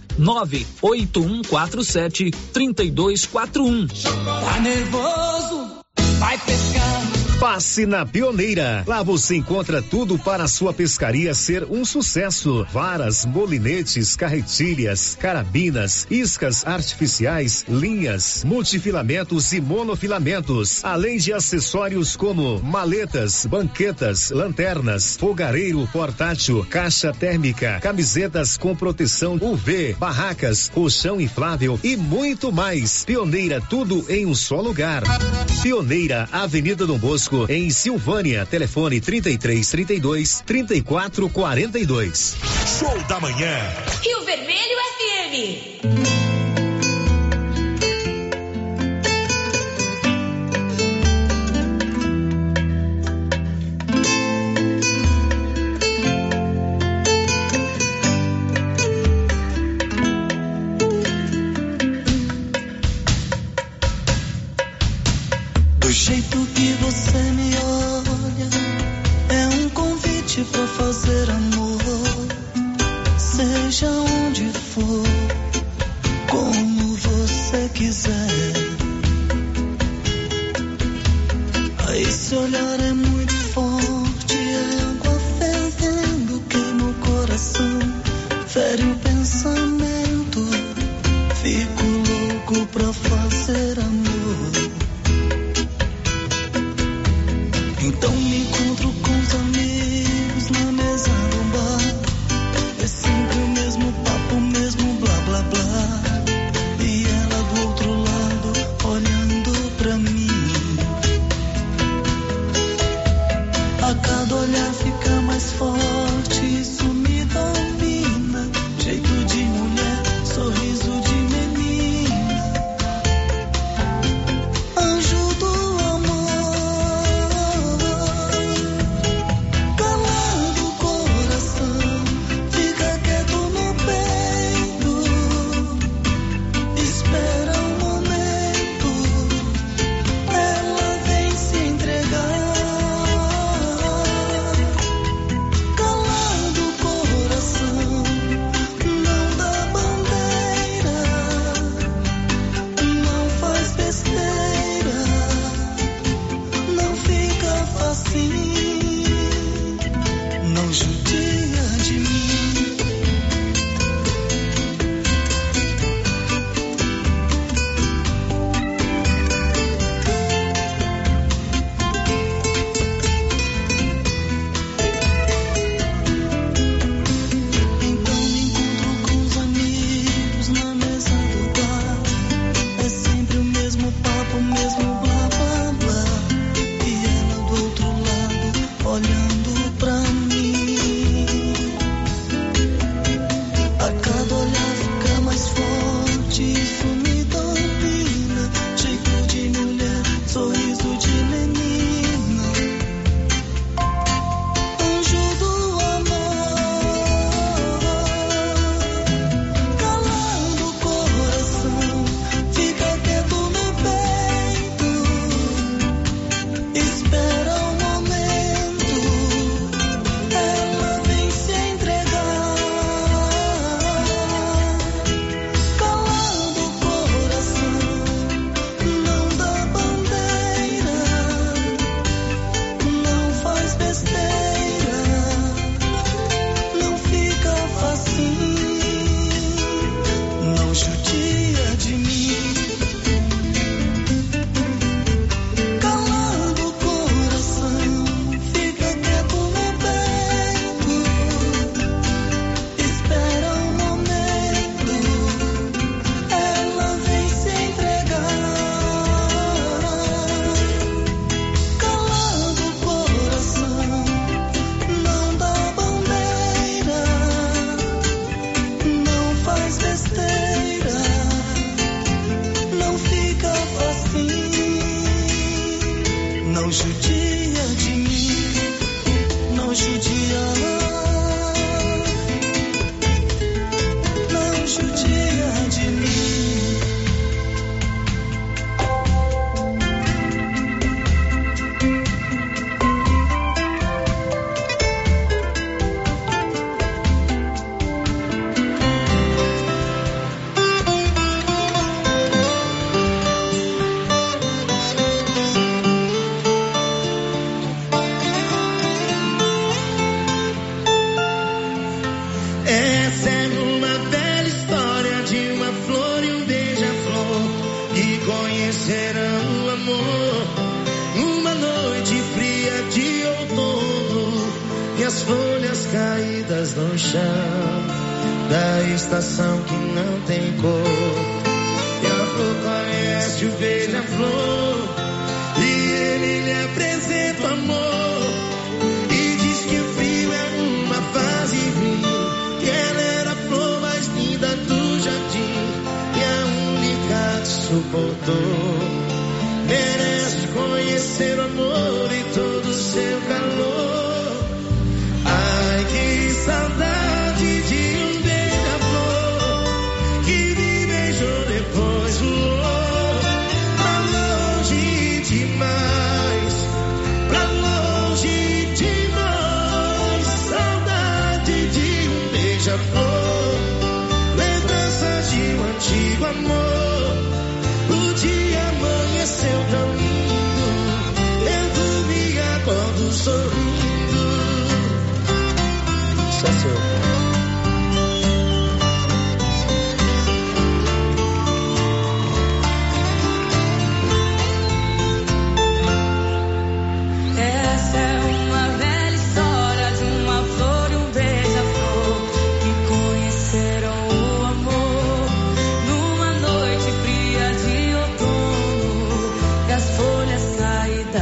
98147-3241.
Tá nervoso? Vai pescar.
Passe na Pioneira. Lá você encontra tudo para a sua pescaria ser um sucesso. Varas, molinetes, carretilhas, carabinas, iscas artificiais, linhas, multifilamentos e monofilamentos. Além de acessórios como maletas, banquetas, lanternas, fogareiro portátil, caixa térmica, camisetas com proteção UV, barracas, colchão inflável e muito mais. Pioneira, tudo em um só lugar. Pioneira, Avenida Dom Bosco, em Silvânia. Telefone 3332-3442.
Show da manhã.
Rio Vermelho FM.
Do jeito que você me olha, é um convite pra fazer amor. Seja onde for, como você quiser. Esse olhar é muito forte, é água fervendo, queima o coração, fere o pensamento. Fico louco pra fazer amor. Então me encontro com os amigos na mesa judia de mim.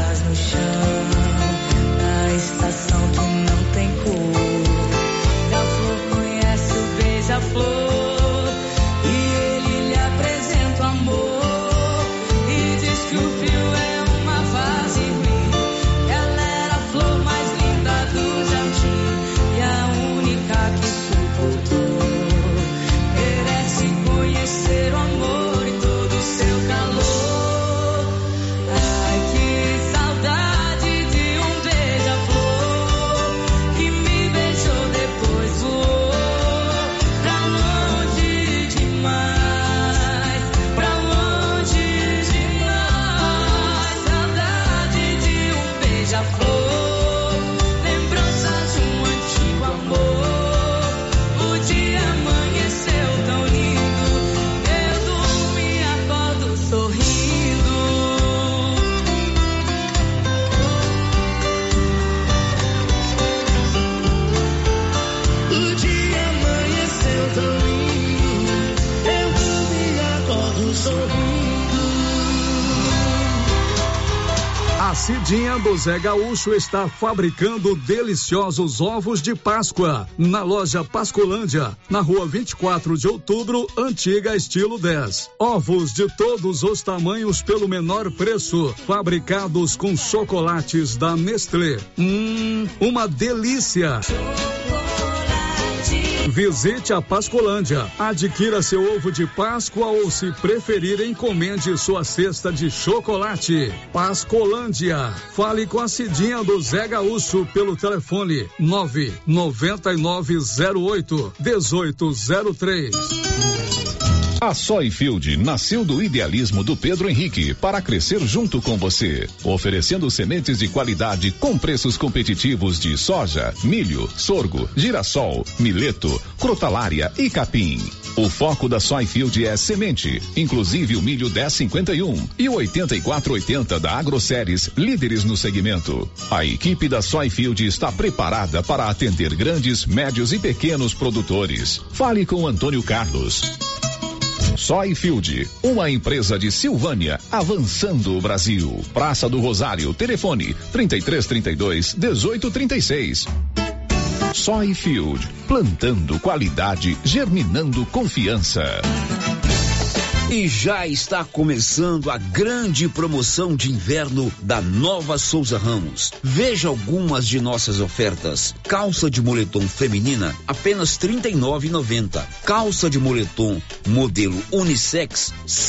chão, na estação que não tem cor.
A Cidinha do Zé Gaúcho está fabricando deliciosos ovos de Páscoa na loja Pascolândia, na rua 24 de outubro, antiga estilo 10. Ovos de todos os tamanhos pelo menor preço, fabricados com chocolates da Nestlé. Uma delícia! Visite a Pascolândia, adquira seu ovo de Páscoa ou, se preferir, encomende sua cesta de chocolate. Pascolândia, fale com a Cidinha do Zé Gaúcho pelo telefone 99908-1803.
A Soyfield nasceu do idealismo do Pedro Henrique para crescer junto com você, oferecendo sementes de qualidade com preços competitivos de soja, milho, sorgo, girassol, mileto, crotalária e capim. O foco da Soyfield é semente, inclusive o milho 1051 e o 8480 da Agroceres, líderes no segmento. A equipe da Soyfield está preparada para atender grandes, médios e pequenos produtores. Fale com Antônio Carlos. Soyfield, uma empresa de Silvânia, avançando o Brasil. Praça do Rosário, telefone 3332-1836. Soyfield, plantando qualidade, germinando confiança.
E já está começando a grande promoção de inverno da Nova Souza Ramos. Veja algumas de nossas ofertas. Calça de moletom feminina, apenas R$ 39,90. Calça de moletom modelo unissex,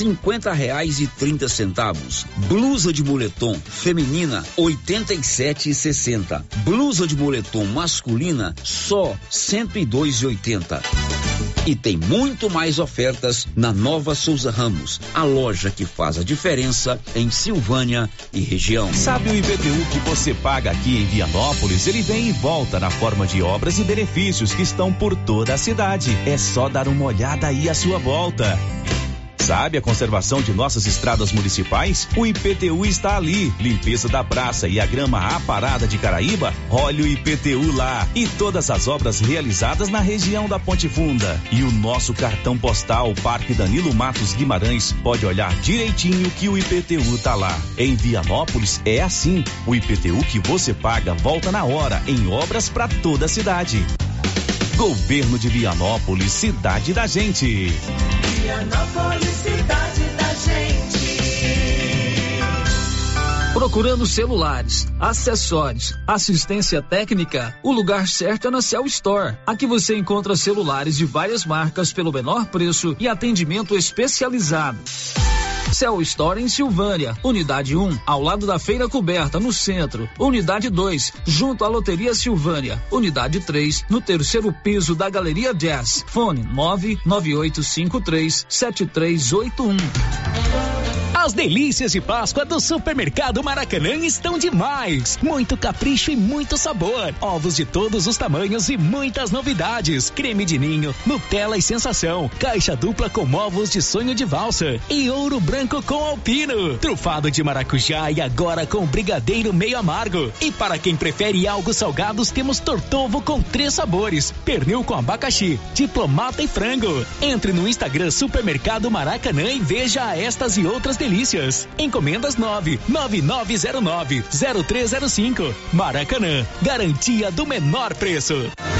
R$50,30. Blusa de moletom feminina, R$ 87,60. Blusa de moletom masculina, só R$ 102,80. E tem muito mais ofertas na Nova Souza Ramos, a loja que faz a diferença em Silvânia e região.
Sabe o IPTU que você paga aqui em Vianópolis? Ele vem e volta na forma de obras e benefícios que estão por toda a cidade. É só dar uma olhada aí à sua volta. Sabe a conservação de nossas estradas municipais? O IPTU está ali. Limpeza da praça e a grama aparada de Caraíba? Olha o IPTU lá. E todas as obras realizadas na região da Ponte Funda. E o nosso cartão postal Parque Danilo Matos Guimarães pode olhar direitinho que o IPTU tá lá. Em Vianópolis é assim. O IPTU que você paga volta na hora em obras para toda a cidade. Governo de Vianópolis, cidade da gente.
Vianópolis, cidade da gente.
Procurando celulares, acessórios, assistência técnica? O lugar certo é na Cell Store. Aqui você encontra celulares de várias marcas pelo menor preço e atendimento especializado. Cell Store em Silvânia, Unidade 1, ao lado da Feira Coberta, no centro. Unidade 2, junto à Loteria Silvânia. Unidade 3, no terceiro piso da Galeria Jazz. Fone 998537381.
As delícias de Páscoa do Supermercado Maracanã estão demais. Muito capricho e muito sabor. Ovos de todos os tamanhos e muitas novidades. Creme de ninho, Nutella e sensação. Caixa dupla com ovos de sonho de valsa. E ouro branco com alpino. Trufado de maracujá e agora com brigadeiro meio amargo. E para quem prefere algo salgados, temos tortovo com 3 sabores. Pernil com abacaxi, diplomata e frango. Entre no Instagram Supermercado Maracanã e veja estas e outras delícias. Encomendas 99909-0305. Maracanã, garantia do menor preço.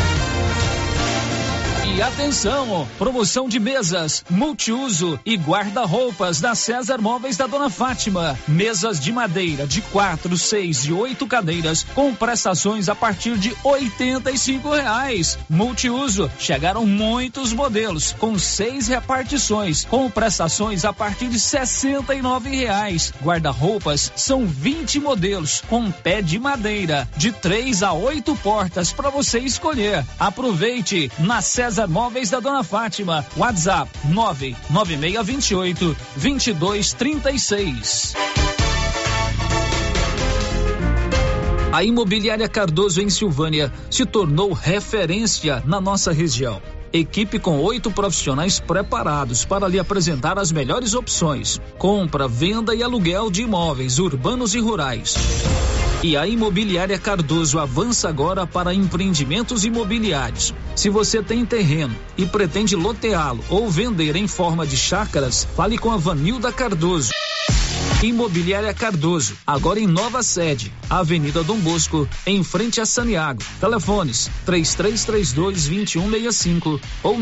E atenção, promoção de mesas, multiuso e guarda-roupas da César Móveis da Dona Fátima. Mesas de madeira de 4, 6 e 8 cadeiras com prestações a partir de R$85. Multiuso, chegaram muitos modelos com 6 repartições com prestações a partir de R$69. Guarda-roupas são 20 modelos com pé de madeira de 3 a 8 portas para você escolher. Aproveite na César Móveis da Dona Fátima. WhatsApp 99628-2236. A Imobiliária Cardoso em Silvânia se tornou referência na nossa região. Equipe com 8 profissionais preparados para lhe apresentar as melhores opções: compra, venda e aluguel de imóveis urbanos e rurais. E a Imobiliária Cardoso avança agora para empreendimentos imobiliários. Se você tem terreno e pretende loteá-lo ou vender em forma de chácaras, fale com a Vanilda Cardoso. Imobiliária Cardoso, agora em nova sede, Avenida Dom Bosco, em frente a Saniago. Telefones 3332-2165 ou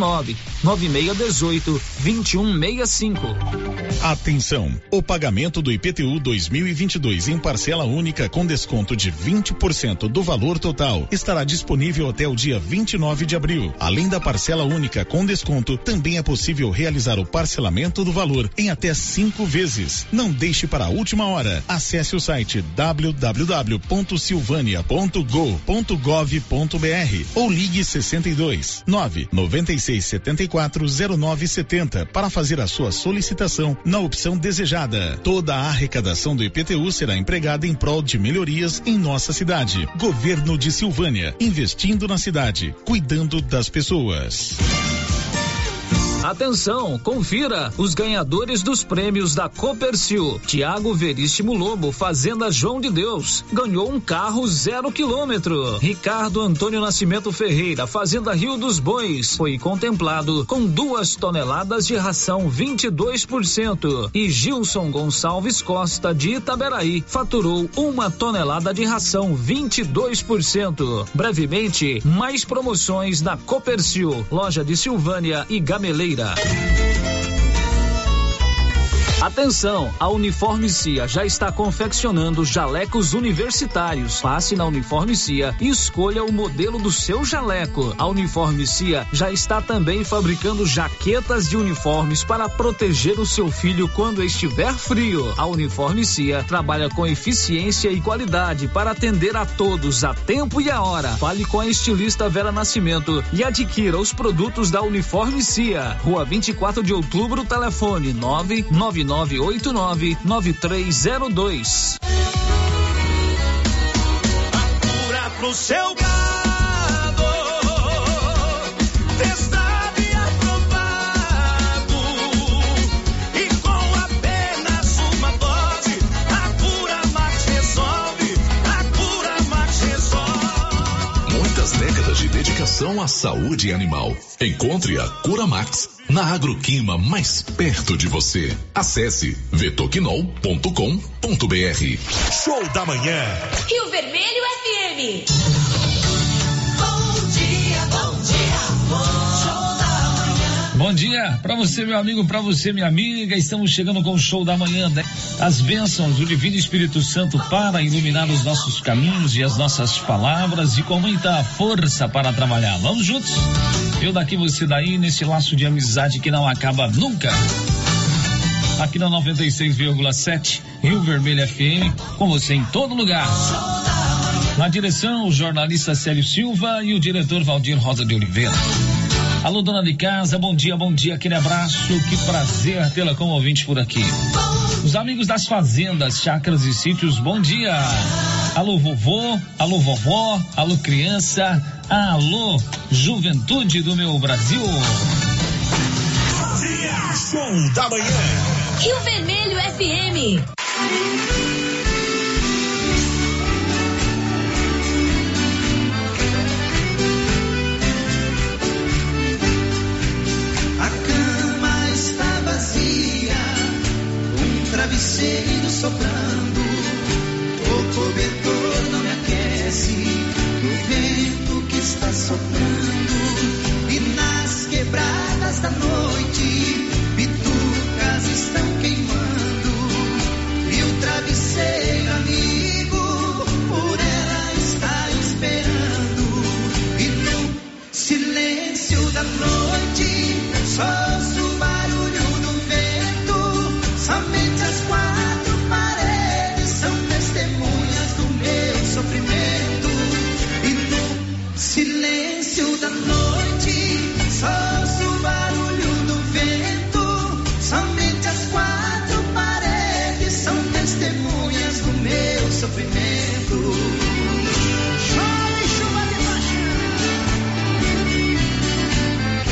99618-2165.
Atenção, o pagamento do IPTU 2022 em parcela única com desconto de 20% do valor total estará disponível até o dia 29 de abril. Além da parcela única com desconto, também é possível realizar o parcelamento do valor em até 5 vezes. Não deixe para a última hora. Acesse o site www.silvania.go.gov.br ou ligue 62 996740970 para fazer a sua solicitação na opção desejada. Toda a arrecadação do IPTU será empregada em prol de melhorias em nossa cidade. Governo de Silvânia, investindo na cidade, cuidando das pessoas.
Atenção, confira os ganhadores dos prêmios da Copercil. Tiago Veríssimo Lobo, Fazenda João de Deus, ganhou um carro 0 km. Ricardo Antônio Nascimento Ferreira, Fazenda Rio dos Bois, foi contemplado com 2 toneladas de ração 22%. E Gilson Gonçalves Costa, de Itaberaí, faturou 1 tonelada de ração 22%. Brevemente, mais promoções na Copercil, loja de Silvânia e Gameleira. Atenção, a Uniforme Cia já está confeccionando jalecos universitários. Passe na Uniforme Cia e escolha o modelo do seu jaleco. A Uniforme Cia já está também fabricando jaquetas de uniformes para proteger o seu filho quando estiver frio. A Uniforme Cia trabalha com eficiência e qualidade para atender a todos a tempo e a hora. Fale com a estilista Vera Nascimento e adquira os produtos da Uniforme Cia. Rua 24 de Outubro, telefone 99989-9302.
Cura pro seu gado, testado e aprovado, e com apenas uma dose, a Cura Max resolve, a Cura Max resolve.
Muitas décadas de dedicação à saúde animal. Encontre a Cura Max na Agroquima mais perto de você. Acesse vetoquinol.com.br. Show da manhã.
Rio Vermelho FM. Bom dia, bom dia. Show da manhã.
Bom dia para você, meu amigo, para você, minha amiga. Estamos chegando com o Show da Manhã, né? As bênçãos do Divino Espírito Santo para iluminar os nossos caminhos e as nossas palavras e com muita força para trabalhar. Vamos juntos? Eu daqui, você daí, nesse laço de amizade que não acaba nunca. Aqui na 96,7 Rio Vermelho FM, com você em todo lugar. Na direção, o jornalista Célio Silva e o diretor Valdir Rosa de Oliveira. Alô, dona de casa, bom dia, aquele abraço, que prazer tê-la como ouvinte por aqui. Os amigos das fazendas, chácaras e sítios, bom dia. Alô, vovô, alô, vovó, alô, criança, alô, juventude do meu Brasil.
Bom dia, Show da Manhã.
Rio Vermelho FM.
Travesseiro soprando, o cobertor não me aquece, o vento que está soprando, e nas quebradas da noite, bitucas estão queimando, e o travesseiro amigo, por ela está esperando, e no silêncio da noite, só ouço o barulho do vento, somente as 4 paredes são testemunhas do meu sofrimento. E no silêncio da noite, só ouço o barulho do vento. Somente as 4 paredes são testemunhas do meu sofrimento. Chove chuva de paixão.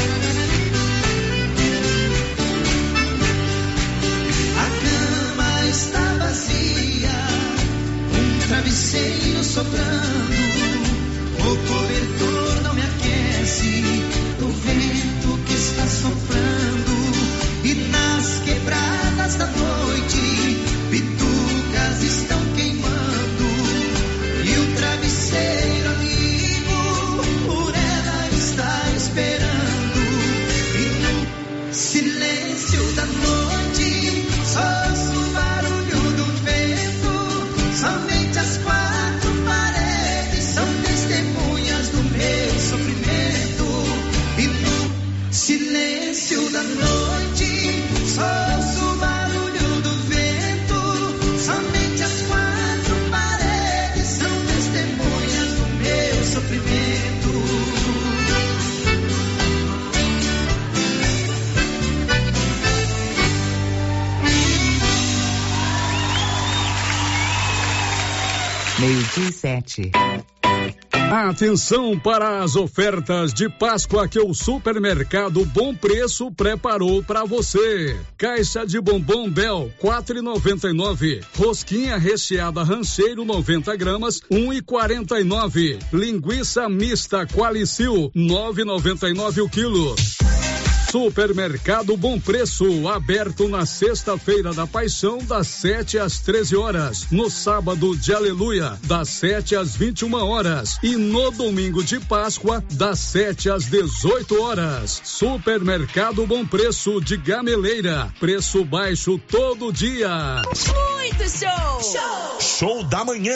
99151-3217.
Atenção para as ofertas de Páscoa que o Supermercado Bom Preço preparou para você. Caixa de bombom Bel, 4,99. Rosquinha recheada Rancheiro, 90 gramas, 1,49. Linguiça mista Qualicil, 9,99 o quilo. Supermercado Bom Preço, aberto na sexta-feira da Paixão, das 7 às 13 horas. No sábado de Aleluia, das 7 às 21 horas. E no domingo de Páscoa, das 7 às 18 horas. Supermercado Bom Preço de Gameleira. Preço baixo todo dia.
Muito show!
Show da manhã.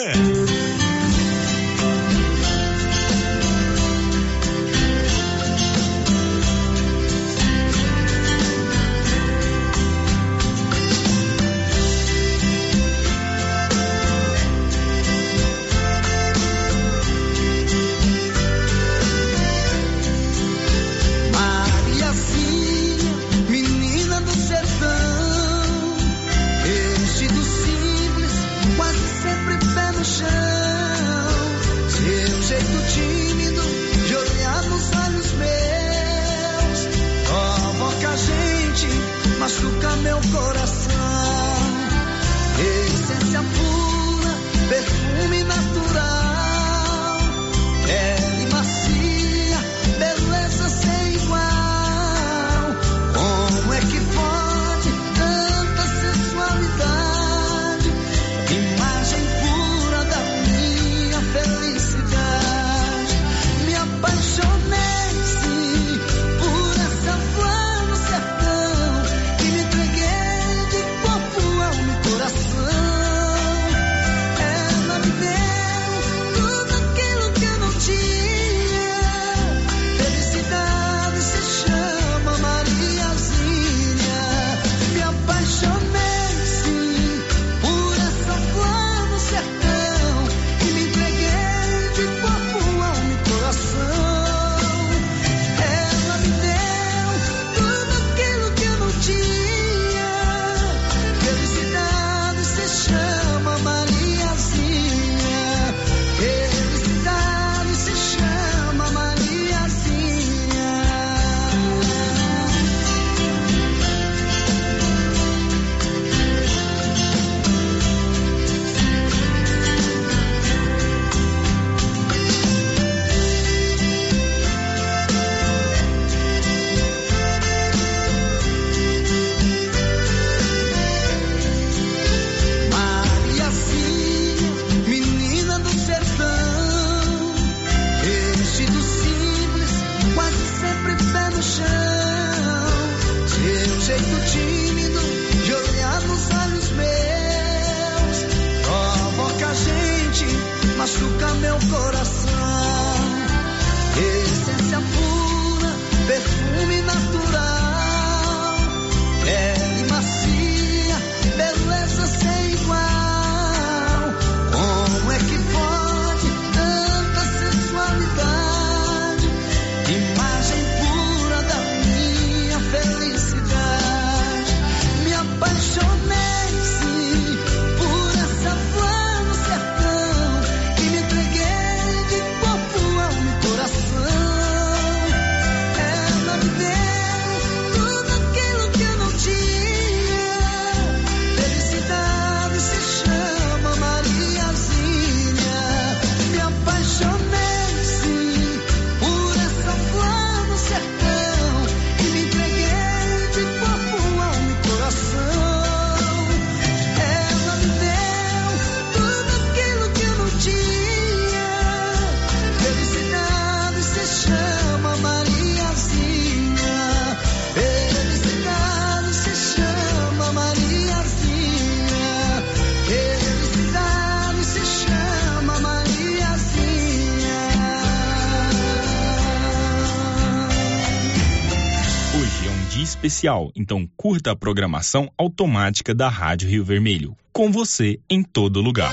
Machuca meu coração, essência pura, perfume natural, pele macia, beleza sem igual. Como é que pode tanta sensualidade, imagem pura da minha felicidade? Me apaixonei sim por essa flor no sertão, ela me deu tudo aquilo que eu não tinha. Felicidade se chama Mariazinha. Me apaixonei sim por essa flor no sertão e me entreguei de corpo, alma e coração. Ela me deu tudo aquilo que eu não tinha. Felicidade se chama Mariazinha. Felicidade se chama Mariazinha. Mariazinha, menina do sertão, vestido simples, quase sempre pé no chão. Seu jeito tímido de olhar nos olhos meus provoca a gente, machuca meu coração. Essência pura, perfume natural, pele macia, beleza sem igual. Como é que pode tanta sensualidade, imagem pura da minha felicidade? Me apaixonei sim por essa flor no sertão e me entreguei de corpo, alma e coração. Ela me deu tudo aquilo que eu não tinha. Felicidade se chama Mariazinha. Me apaixonei sim por essa flor no sertão e me entreguei de corpo, alma e coração. Ela me deu tudo aquilo que eu não tinha. Felicidade se chama Mariazinha. Felicidade se chama Mariazinha. Felicidade se chama Mariazinha.
Hoje é um dia especial, então curta a programação automática da Rádio Rio Vermelho. Com você em todo lugar.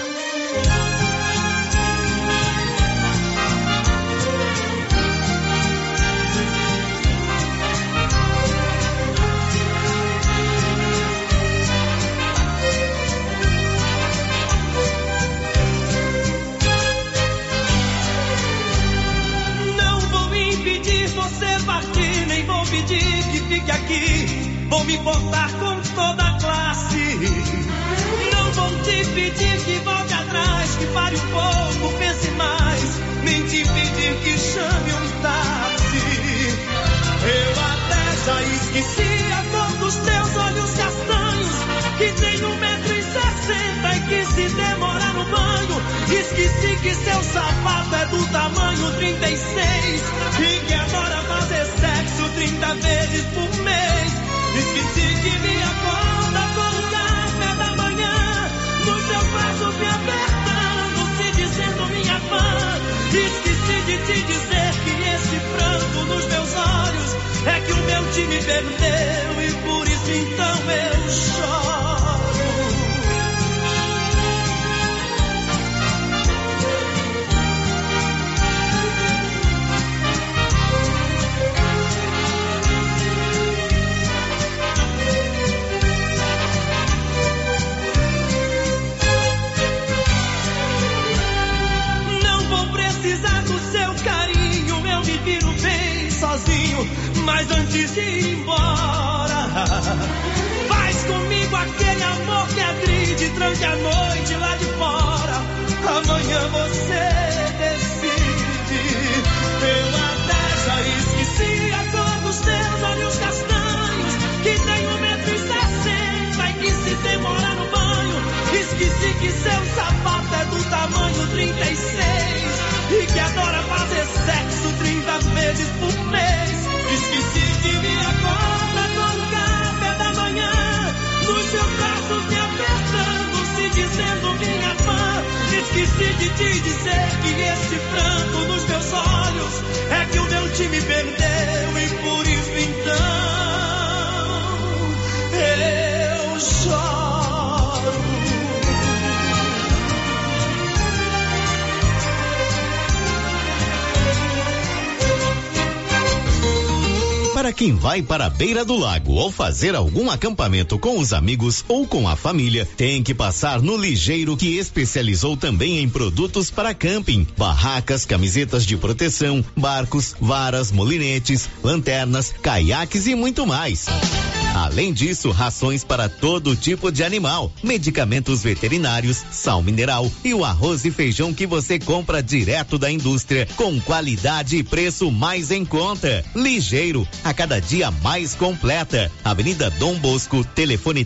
fique aqui, vou me importar com toda a classe. Não vou te pedir que volte atrás, que pare um pouco, pense mais, nem te pedir que chame um táxi. Eu até já esqueci a cor dos teus olhos castanhos, que tem 1,60 m e que se demorar no banho. Esqueci que seu sapato é do tamanho 36 e que adora fazer sexo 30 vezes por mês. Esqueci que me acorda com o café da manhã, nos seus braços me apertando, se dizendo minha fã. Esqueci de te dizer que esse pranto nos meus olhos é que o meu time perdeu e por isso então eu choro. Mas antes de ir embora, faz comigo aquele amor que agride, tranque a noite lá de fora. Amanhã você decide. Eu até já esqueci a cor dos teus olhos castanhos, que tem 1,60 m e que se demorar no banho. Esqueci que seu sapato é do tamanho 36 e que adora fazer sexo 30 vezes por mês. Esqueci que me acorda com o café da manhã, nos seus braços me apertando, se dizendo minha fã. Esqueci de te dizer que esse pranto nos meus olhos é que o meu time perdeu e por isso então eu choro.
Para quem vai para a beira do lago ou fazer algum acampamento com os amigos ou com a família, tem que passar no Ligeiro, que especializou também em produtos para camping, barracas, camisetas de proteção, barcos, varas, molinetes, lanternas, caiaques e muito mais. Além disso, rações para todo tipo de animal, medicamentos veterinários, sal mineral e o arroz e feijão que você compra direto da indústria, com qualidade e preço mais em conta. Ligeiro, a cada dia mais completa. Avenida Dom Bosco, telefone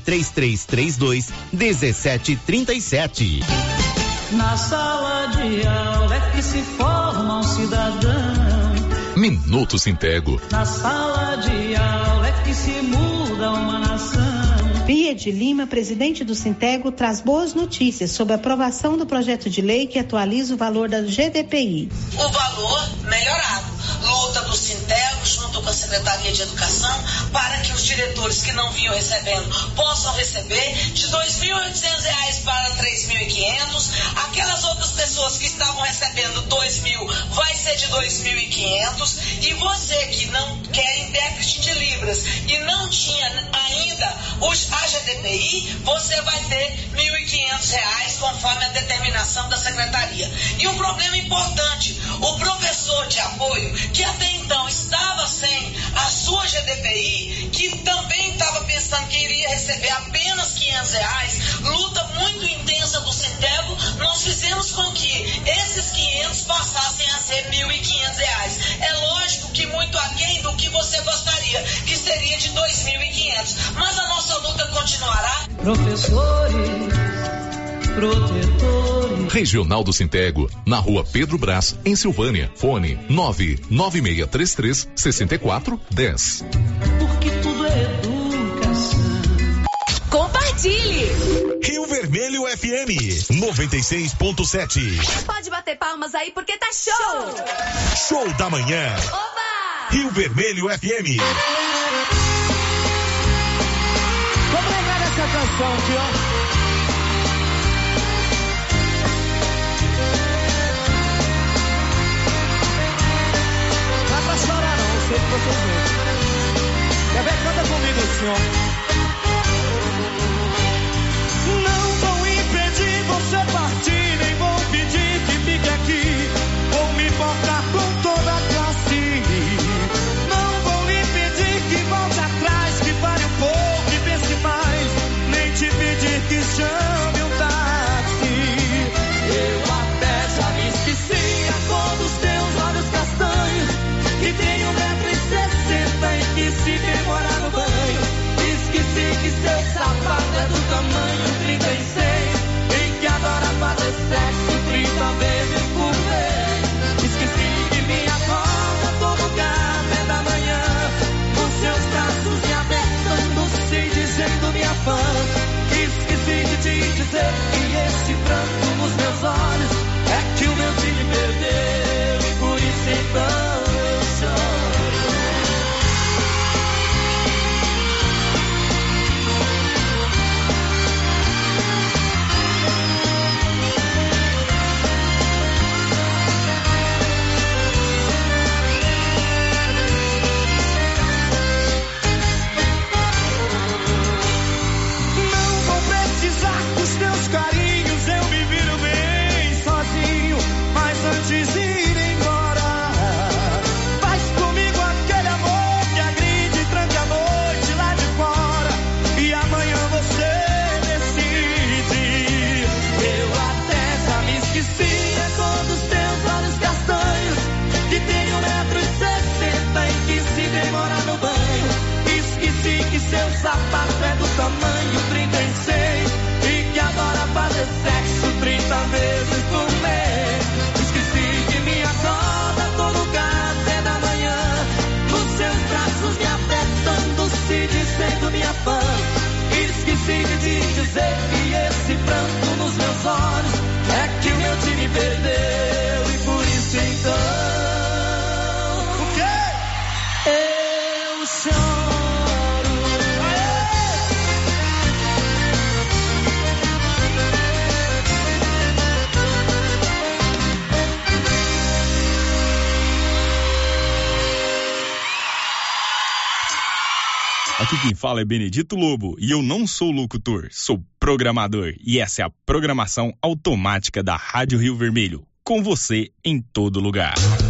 3332-1737.
Na sala de aula é que se forma um cidadão.
Minuto Sintego.
Na sala de aula é que se muda uma nação.
Bia de Lima, presidente do Sintego, traz boas notícias sobre a aprovação do projeto de lei que atualiza o valor da GDPI.
O valor melhorado. Luta do Sintego junto com a Secretaria de Educação para que os diretores que não vinham recebendo possam receber de R$ 2.800 para R$ 3.500. Aquelas outras pessoas que estavam recebendo R$ 2.000 vai ser de R$ 2.500. E você que não quer intérprete de Libras e não tinha ainda a GDPI, você vai ter R$ 1.500 conforme a determinação da Secretaria. E um problema importante, o professor de apoio que até então estava sem a sua GDPI, que também estava pensando que iria receber apenas R$ 500, luta muito intensa do Sintego, nós fizemos com que esses 500 passassem a ser R$ 1.500. É lógico que muito aquém do que você gostaria, que seria de R$ 2.500, mas a nossa luta continuará.
Professores, protetores.
Regional do Sintego, na Rua Pedro Brás, em Silvânia. Fone 99633-6410.
Porque tudo é educação.
Compartilhe!
Rio Vermelho FM 96.7.
Pode bater palmas aí porque tá show!
Show da manhã.
Oba!
Rio Vermelho FM.
Vamos lembrar dessa canção aqui, ó. Não é pra chorar não, eu sei que vocês vão. Quer ver? Canta comigo assim, ó. Não vou impedir você partir, nem vou pedir que fique aqui. Vou me importar com toda a classe. Não vou lhe pedir que volte atrás.
Aqui quem fala é Benedito Lobo e eu não sou locutor, sou programador e essa é a programação automática da Rádio Rio Vermelho, com você em todo lugar.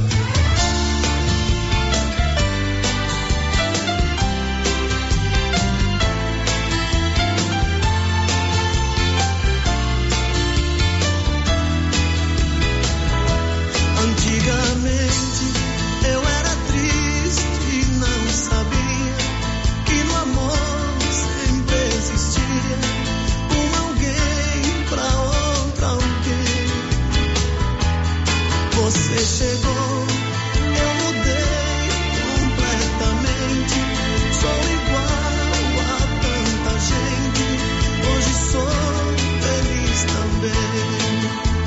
Chegou, eu mudei completamente. Sou igual a tanta gente. Hoje sou feliz também.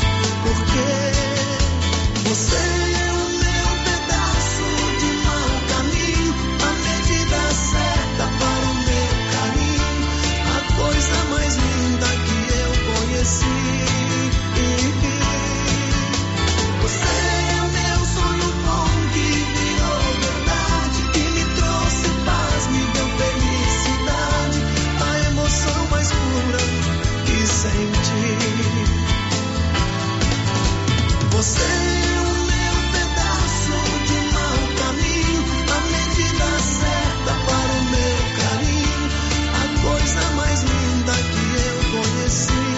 Porque você é o meu pedaço de mau caminho, a medida certa para o meu carinho, a coisa mais linda que eu conheci. Você é o meu pedaço de mau caminho, a medida certa para o meu carinho, a coisa mais linda que eu conheci.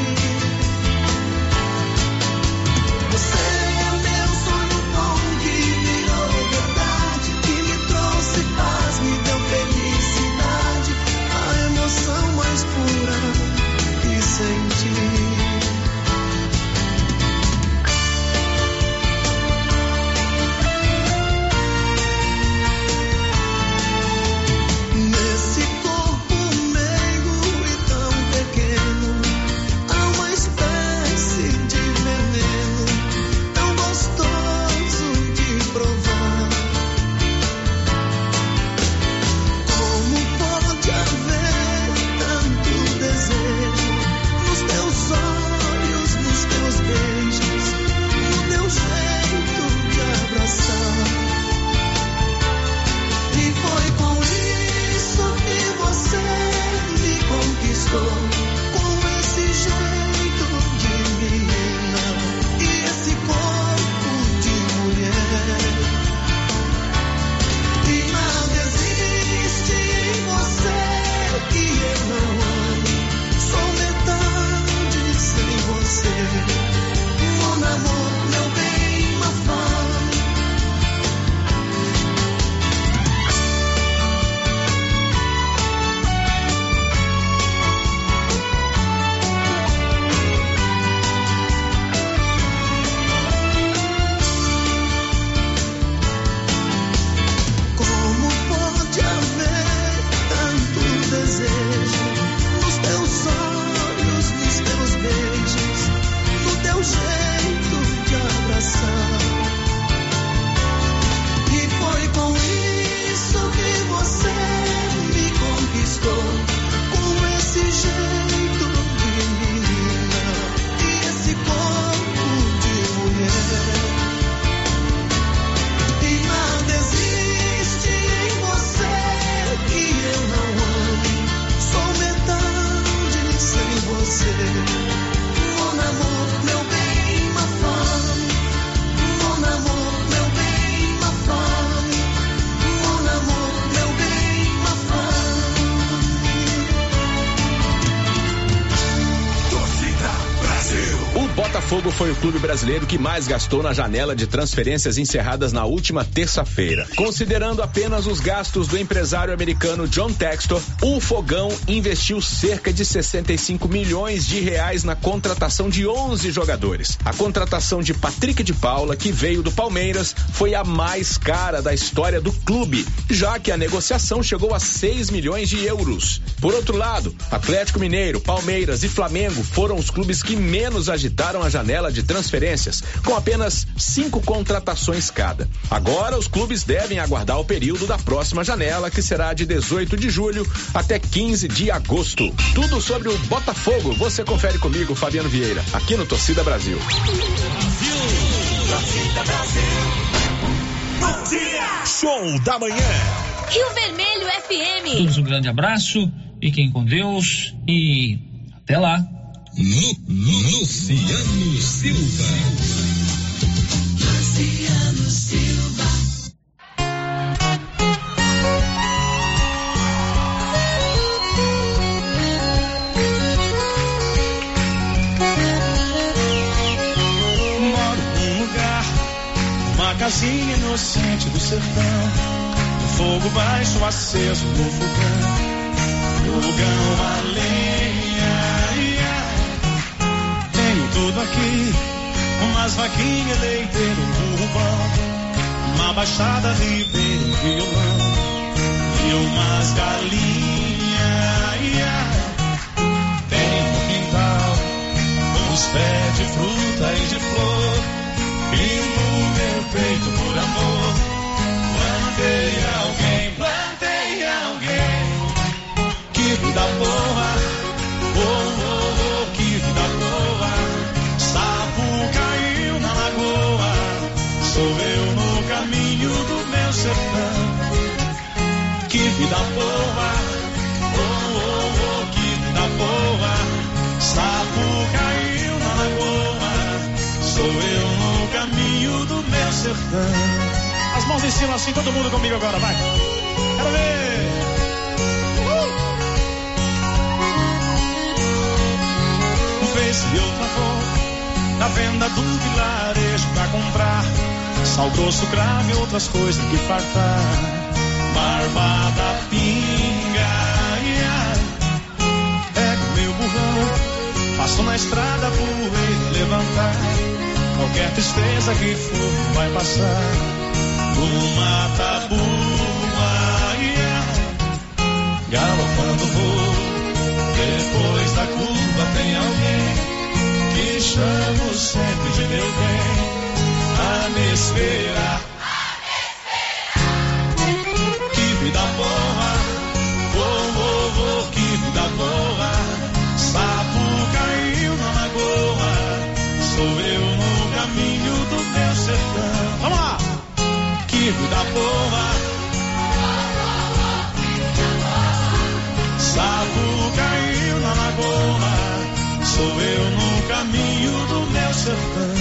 Você é meu sonho bom que virou verdade, que me trouxe paz, me deu felicidade, a emoção mais pura que senti.
Botafogo foi o clube brasileiro que mais gastou na janela de transferências encerradas na última terça-feira. Considerando apenas os gastos do empresário americano John Textor, o Fogão investiu cerca de 65 milhões de reais na contratação de 11 jogadores. A contratação de Patrick de Paula, que veio do Palmeiras, foi a mais cara da história do clube, já que a negociação chegou a 6 milhões de euros. Por outro lado, Atlético Mineiro, Palmeiras e Flamengo foram os clubes que menos agitaram a janela de transferências, com apenas 5 contratações cada. Agora, os clubes devem aguardar o período da próxima janela, que será de 18 de julho até 15 de agosto. Tudo sobre o Botafogo você confere comigo, Fabiano Vieira, aqui no Torcida Brasil.
Torcida Brasil. Bom dia! Show da manhã.
Rio Vermelho FM.
Todos um grande abraço, fiquem com Deus e até lá.
Luciano Silva.
Luciano Silva.
Moro num lugar, uma casinha inocente do sertão, um fogo baixo aceso no fogão a lenha. Tenho tudo aqui, umas vaquinhas, leiteiro, um burro bom, uma baixada, ribeiro, um violão e umas galinhas. Tenho um quintal, uns pés de fruta e de flor, e no meu peito por amor plantei alguém. Que vida boa, oh, oh, oh, que vida boa. Sapo caiu na lagoa, sou eu no caminho do meu sertão. Que vida boa, oh, oh, oh, que vida boa. Sapo caiu na lagoa, sou eu no caminho do meu sertão. As mãos em cima assim, todo mundo comigo agora, vai. Quero ver. Vez e outra vou na venda do vilarejo pra comprar sal grosso, cravo e outras coisas que fartar. Barbada, pinga, pego meu burrão, passo na estrada, poeira levantar. Qualquer tristeza que for vai passar. Uma tabuba, galopando vou. Depois da curva tem alguém que chamo sempre de meu bem a me esperar. Que vida boa, oh, oh, oh, que vida boa. Sapo caiu na lagoa, sou eu no caminho do meu sertão. Vamos lá! Que vida boa, sapo caiu na lagoa, sou eu no caminho do meu sertão.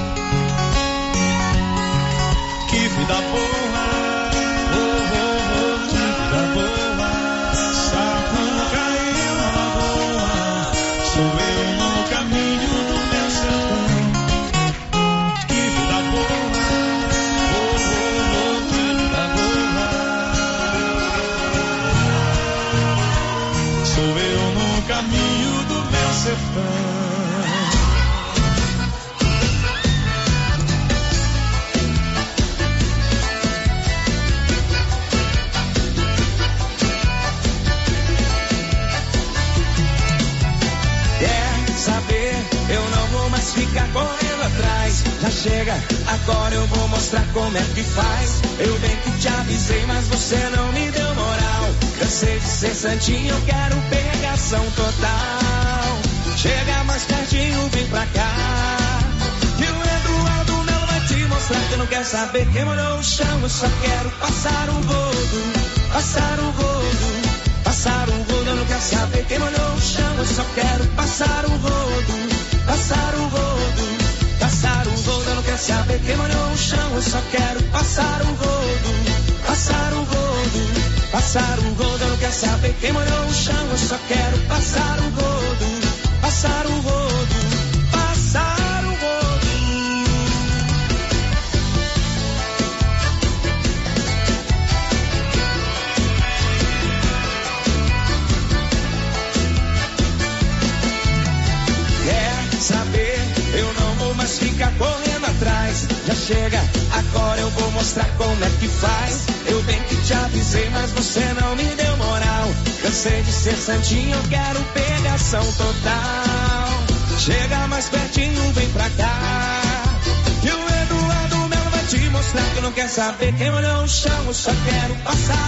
Que vida boa, oh, oh, oh, que vida boa. Sapo caiu na lagoa, sou eu no caminho do meu sertão. Que vida boa, oh, oh, oh, que vida boa. Sou eu no caminho do meu sertão.
Quer saber? Eu não vou mais ficar correndo atrás. Já chega, agora eu vou mostrar como é que faz. Eu bem que te avisei, mas você não me deu moral. Cansei de ser santinho, eu quero pegação total. Chega mais pertinho, vem pra cá. E o Eduardo Melo vai te mostrar que não quer saber quem molhou o chão. Eu só quero passar um rodo, passar um rodo, passar um rodo. Eu não quero saber quem molhou o chão. Eu só quero passar um rodo, passar um rodo, passar um rodo. Eu não quero saber quem molhou o chão. Eu só quero passar um rodo, passar um rodo, passar um rodo. Eu não quero saber quem molhou o chão. Eu só quero passar um rodo, passar um rodo, passar um rodo. Quer saber? Eu não vou mais ficar correndo atrás. Já chega, agora eu vou mostrar como é que faz. Eu bem que te avisei, mas você não me deu moral. Cansei de ser santinho, eu quero pegação total. Chega mais pertinho, vem pra cá. E o Eduardo Melo vai te mostrar que não quer saber quem molhou o chão. Eu só quero passar